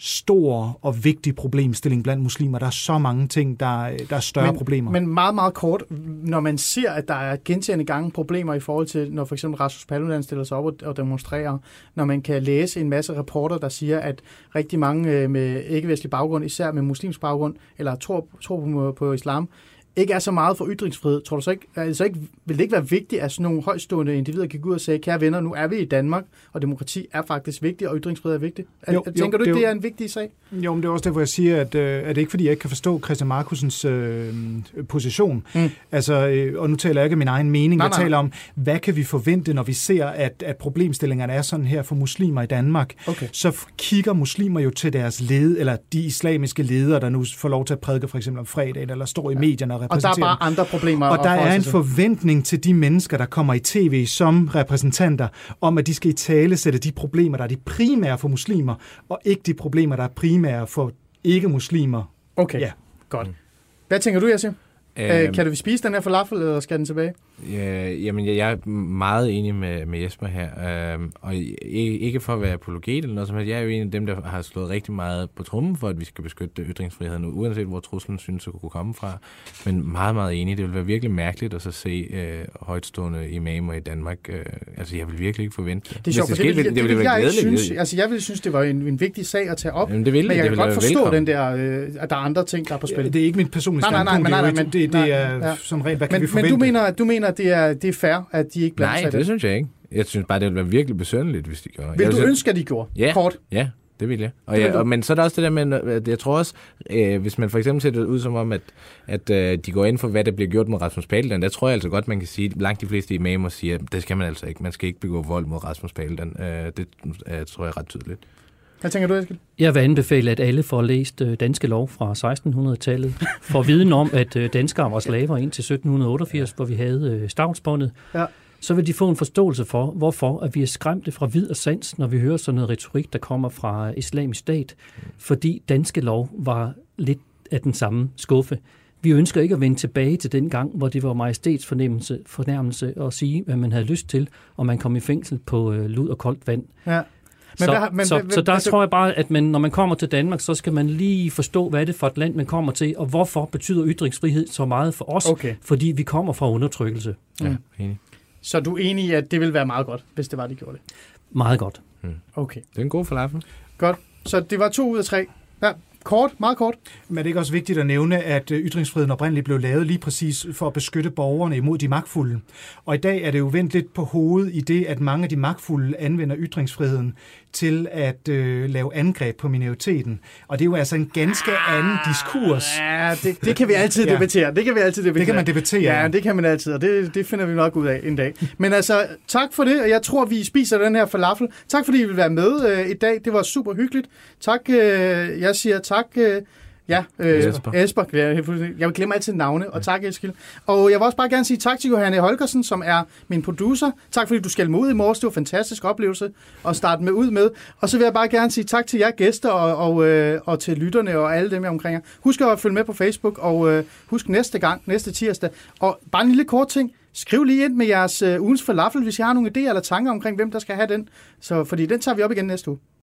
stor og vigtig problemstilling blandt muslimer. Der er så mange ting, der er større problemer. Men meget, meget kort, når man ser, at der er gentagne gange problemer i forhold til, når for eksempel Rasmus Paludan stiller sig op og demonstrerer, når man kan læse en masse rapporter, der siger, at rigtig mange med ikke-vestlig baggrund, især med muslimsk baggrund, eller tror på islam, ikke er så meget for ytringsfrihed. Tror du så ikke, vil det ikke være vigtigt, at sådan nogle højstående individer gik ud og sagde, kære venner, nu er vi i Danmark, og demokrati er faktisk vigtigt, og ytringsfrihed er vigtigt? Tænker du ikke, det er en vigtig sag? Jo, men det er også derfor, jeg siger, at det ikke fordi, jeg ikke kan forstå Christian Marcussens position. Altså, og nu taler jeg ikke om min egen mening. Jeg taler om, hvad kan vi forvente, når vi ser, at problemstillingerne er sådan her for muslimer i Danmark. Okay. Så kigger muslimer jo til deres eller de islamiske ledere, der nu får lov til at prædike for eksempel om fredagen, eller står i medierne og og der er bare andre problemer. Og der er en forventning til de mennesker, der kommer i tv som repræsentanter, om at de skal i tale sætte de problemer, der er de primære for muslimer, og ikke de problemer, der er primære for ikke-muslimer. Okay, ja. Godt. Hvad tænker du, Yasir? Kan du spise den her falafel, eller skal den tilbage? Jamen, jeg er meget enig med Jesper her, og ikke for at være apologet eller noget som helst. Jeg er jo en af dem, der har slået rigtig meget på trommen for, at vi skal beskytte ytringsfriheden, uanset hvor truslen synes at kunne komme fra. Men meget, meget enig. Det vil være virkelig mærkeligt at så se højtstående imamer i Danmark. Altså, jeg vil virkelig ikke forvente det. Det er sjovt, det vil være glædeligt. Altså, jeg vil synes, det var en vigtig sag at tage op, men jeg kan godt forstå den der, at der er andre ting, der er på spil. Det er ikke mit personlige standpunkt. det er sådan rent, hvad kan vi forvente? Men du mener, at det er fair, at de ikke blander sig i det? Nej, det synes jeg ikke. Jeg synes bare, det ville være virkelig besynderligt, hvis de gjorde. Vil du ønske, at de gjorde? Ja, kort? Ja, det vil jeg. Men så er der også det der med, jeg tror også, hvis man for eksempel ser det ud som om, at de går ind for, hvad der bliver gjort mod Rasmus Paludan, der tror jeg altså godt, man kan sige, langt de fleste imamer siger, at det skal man altså ikke. Man skal ikke begå vold mod Rasmus Paludan. Det tror jeg er ret tydeligt. Hvad tænker du, Eskild? Jeg vil anbefale, at alle får læst danske lov fra 1600-tallet, for viden om, at danskere var slaver indtil 1788, hvor vi havde stavnsbåndet. Ja. Så vil de få en forståelse for, hvorfor at vi er skræmte fra vid og sans, når vi hører sådan noget retorik, der kommer fra Islamisk Stat, fordi danske lov var lidt af den samme skuffe. Vi ønsker ikke at vende tilbage til den gang, hvor det var majestætsfornærmelse at sige, hvad man havde lyst til, og man kom i fængsel på lud og koldt vand. Ja. Så der tror jeg bare, at når man kommer til Danmark, så skal man lige forstå, hvad er det for et land, man kommer til, og hvorfor betyder ytringsfrihed så meget for os, fordi vi kommer fra undertrykkelse. Ja, enig. Så du er enig i, at det ville være meget godt, hvis det var, de gjorde det? Meget godt. Okay. Det er en god falafel. Godt. Så det var 2 ud af 3. Ja, kort, meget kort. Men er det ikke også vigtigt at nævne, at ytringsfriheden oprindeligt blev lavet lige præcis for at beskytte borgerne imod de magtfulde? Og i dag er det jo vendt lidt på hovedet i det, at mange af de magtfulde anvender ytringsfriheden til at lave angreb på minoriteten. Og det er jo altså en ganske anden diskurs. Ja, det kan vi altid debattere. Det kan man debattere. Ja, det kan man altid, og det finder vi nok ud af en dag. Men altså, tak for det, og jeg tror, vi spiser den her falafel. Tak fordi I vil være med i dag. Det var super hyggeligt. Tak, jeg siger tak. Esper. Jeg glemmer altid navne, og tak, Eskild. Og jeg vil også bare gerne sige tak til Johanne Holgersen, som er min producer. Tak fordi du skældte mig ud i morges. Det var en fantastisk oplevelse at starte med ud med. Og så vil jeg bare gerne sige tak til jer gæster og til lytterne og alle dem her omkring jer. Husk at følge med på Facebook, og husk næste tirsdag. Og bare en lille kort ting. Skriv lige ind med jeres ugens falafel, hvis I har nogle idéer eller tanker omkring, hvem der skal have den. Så, fordi den tager vi op igen næste uge.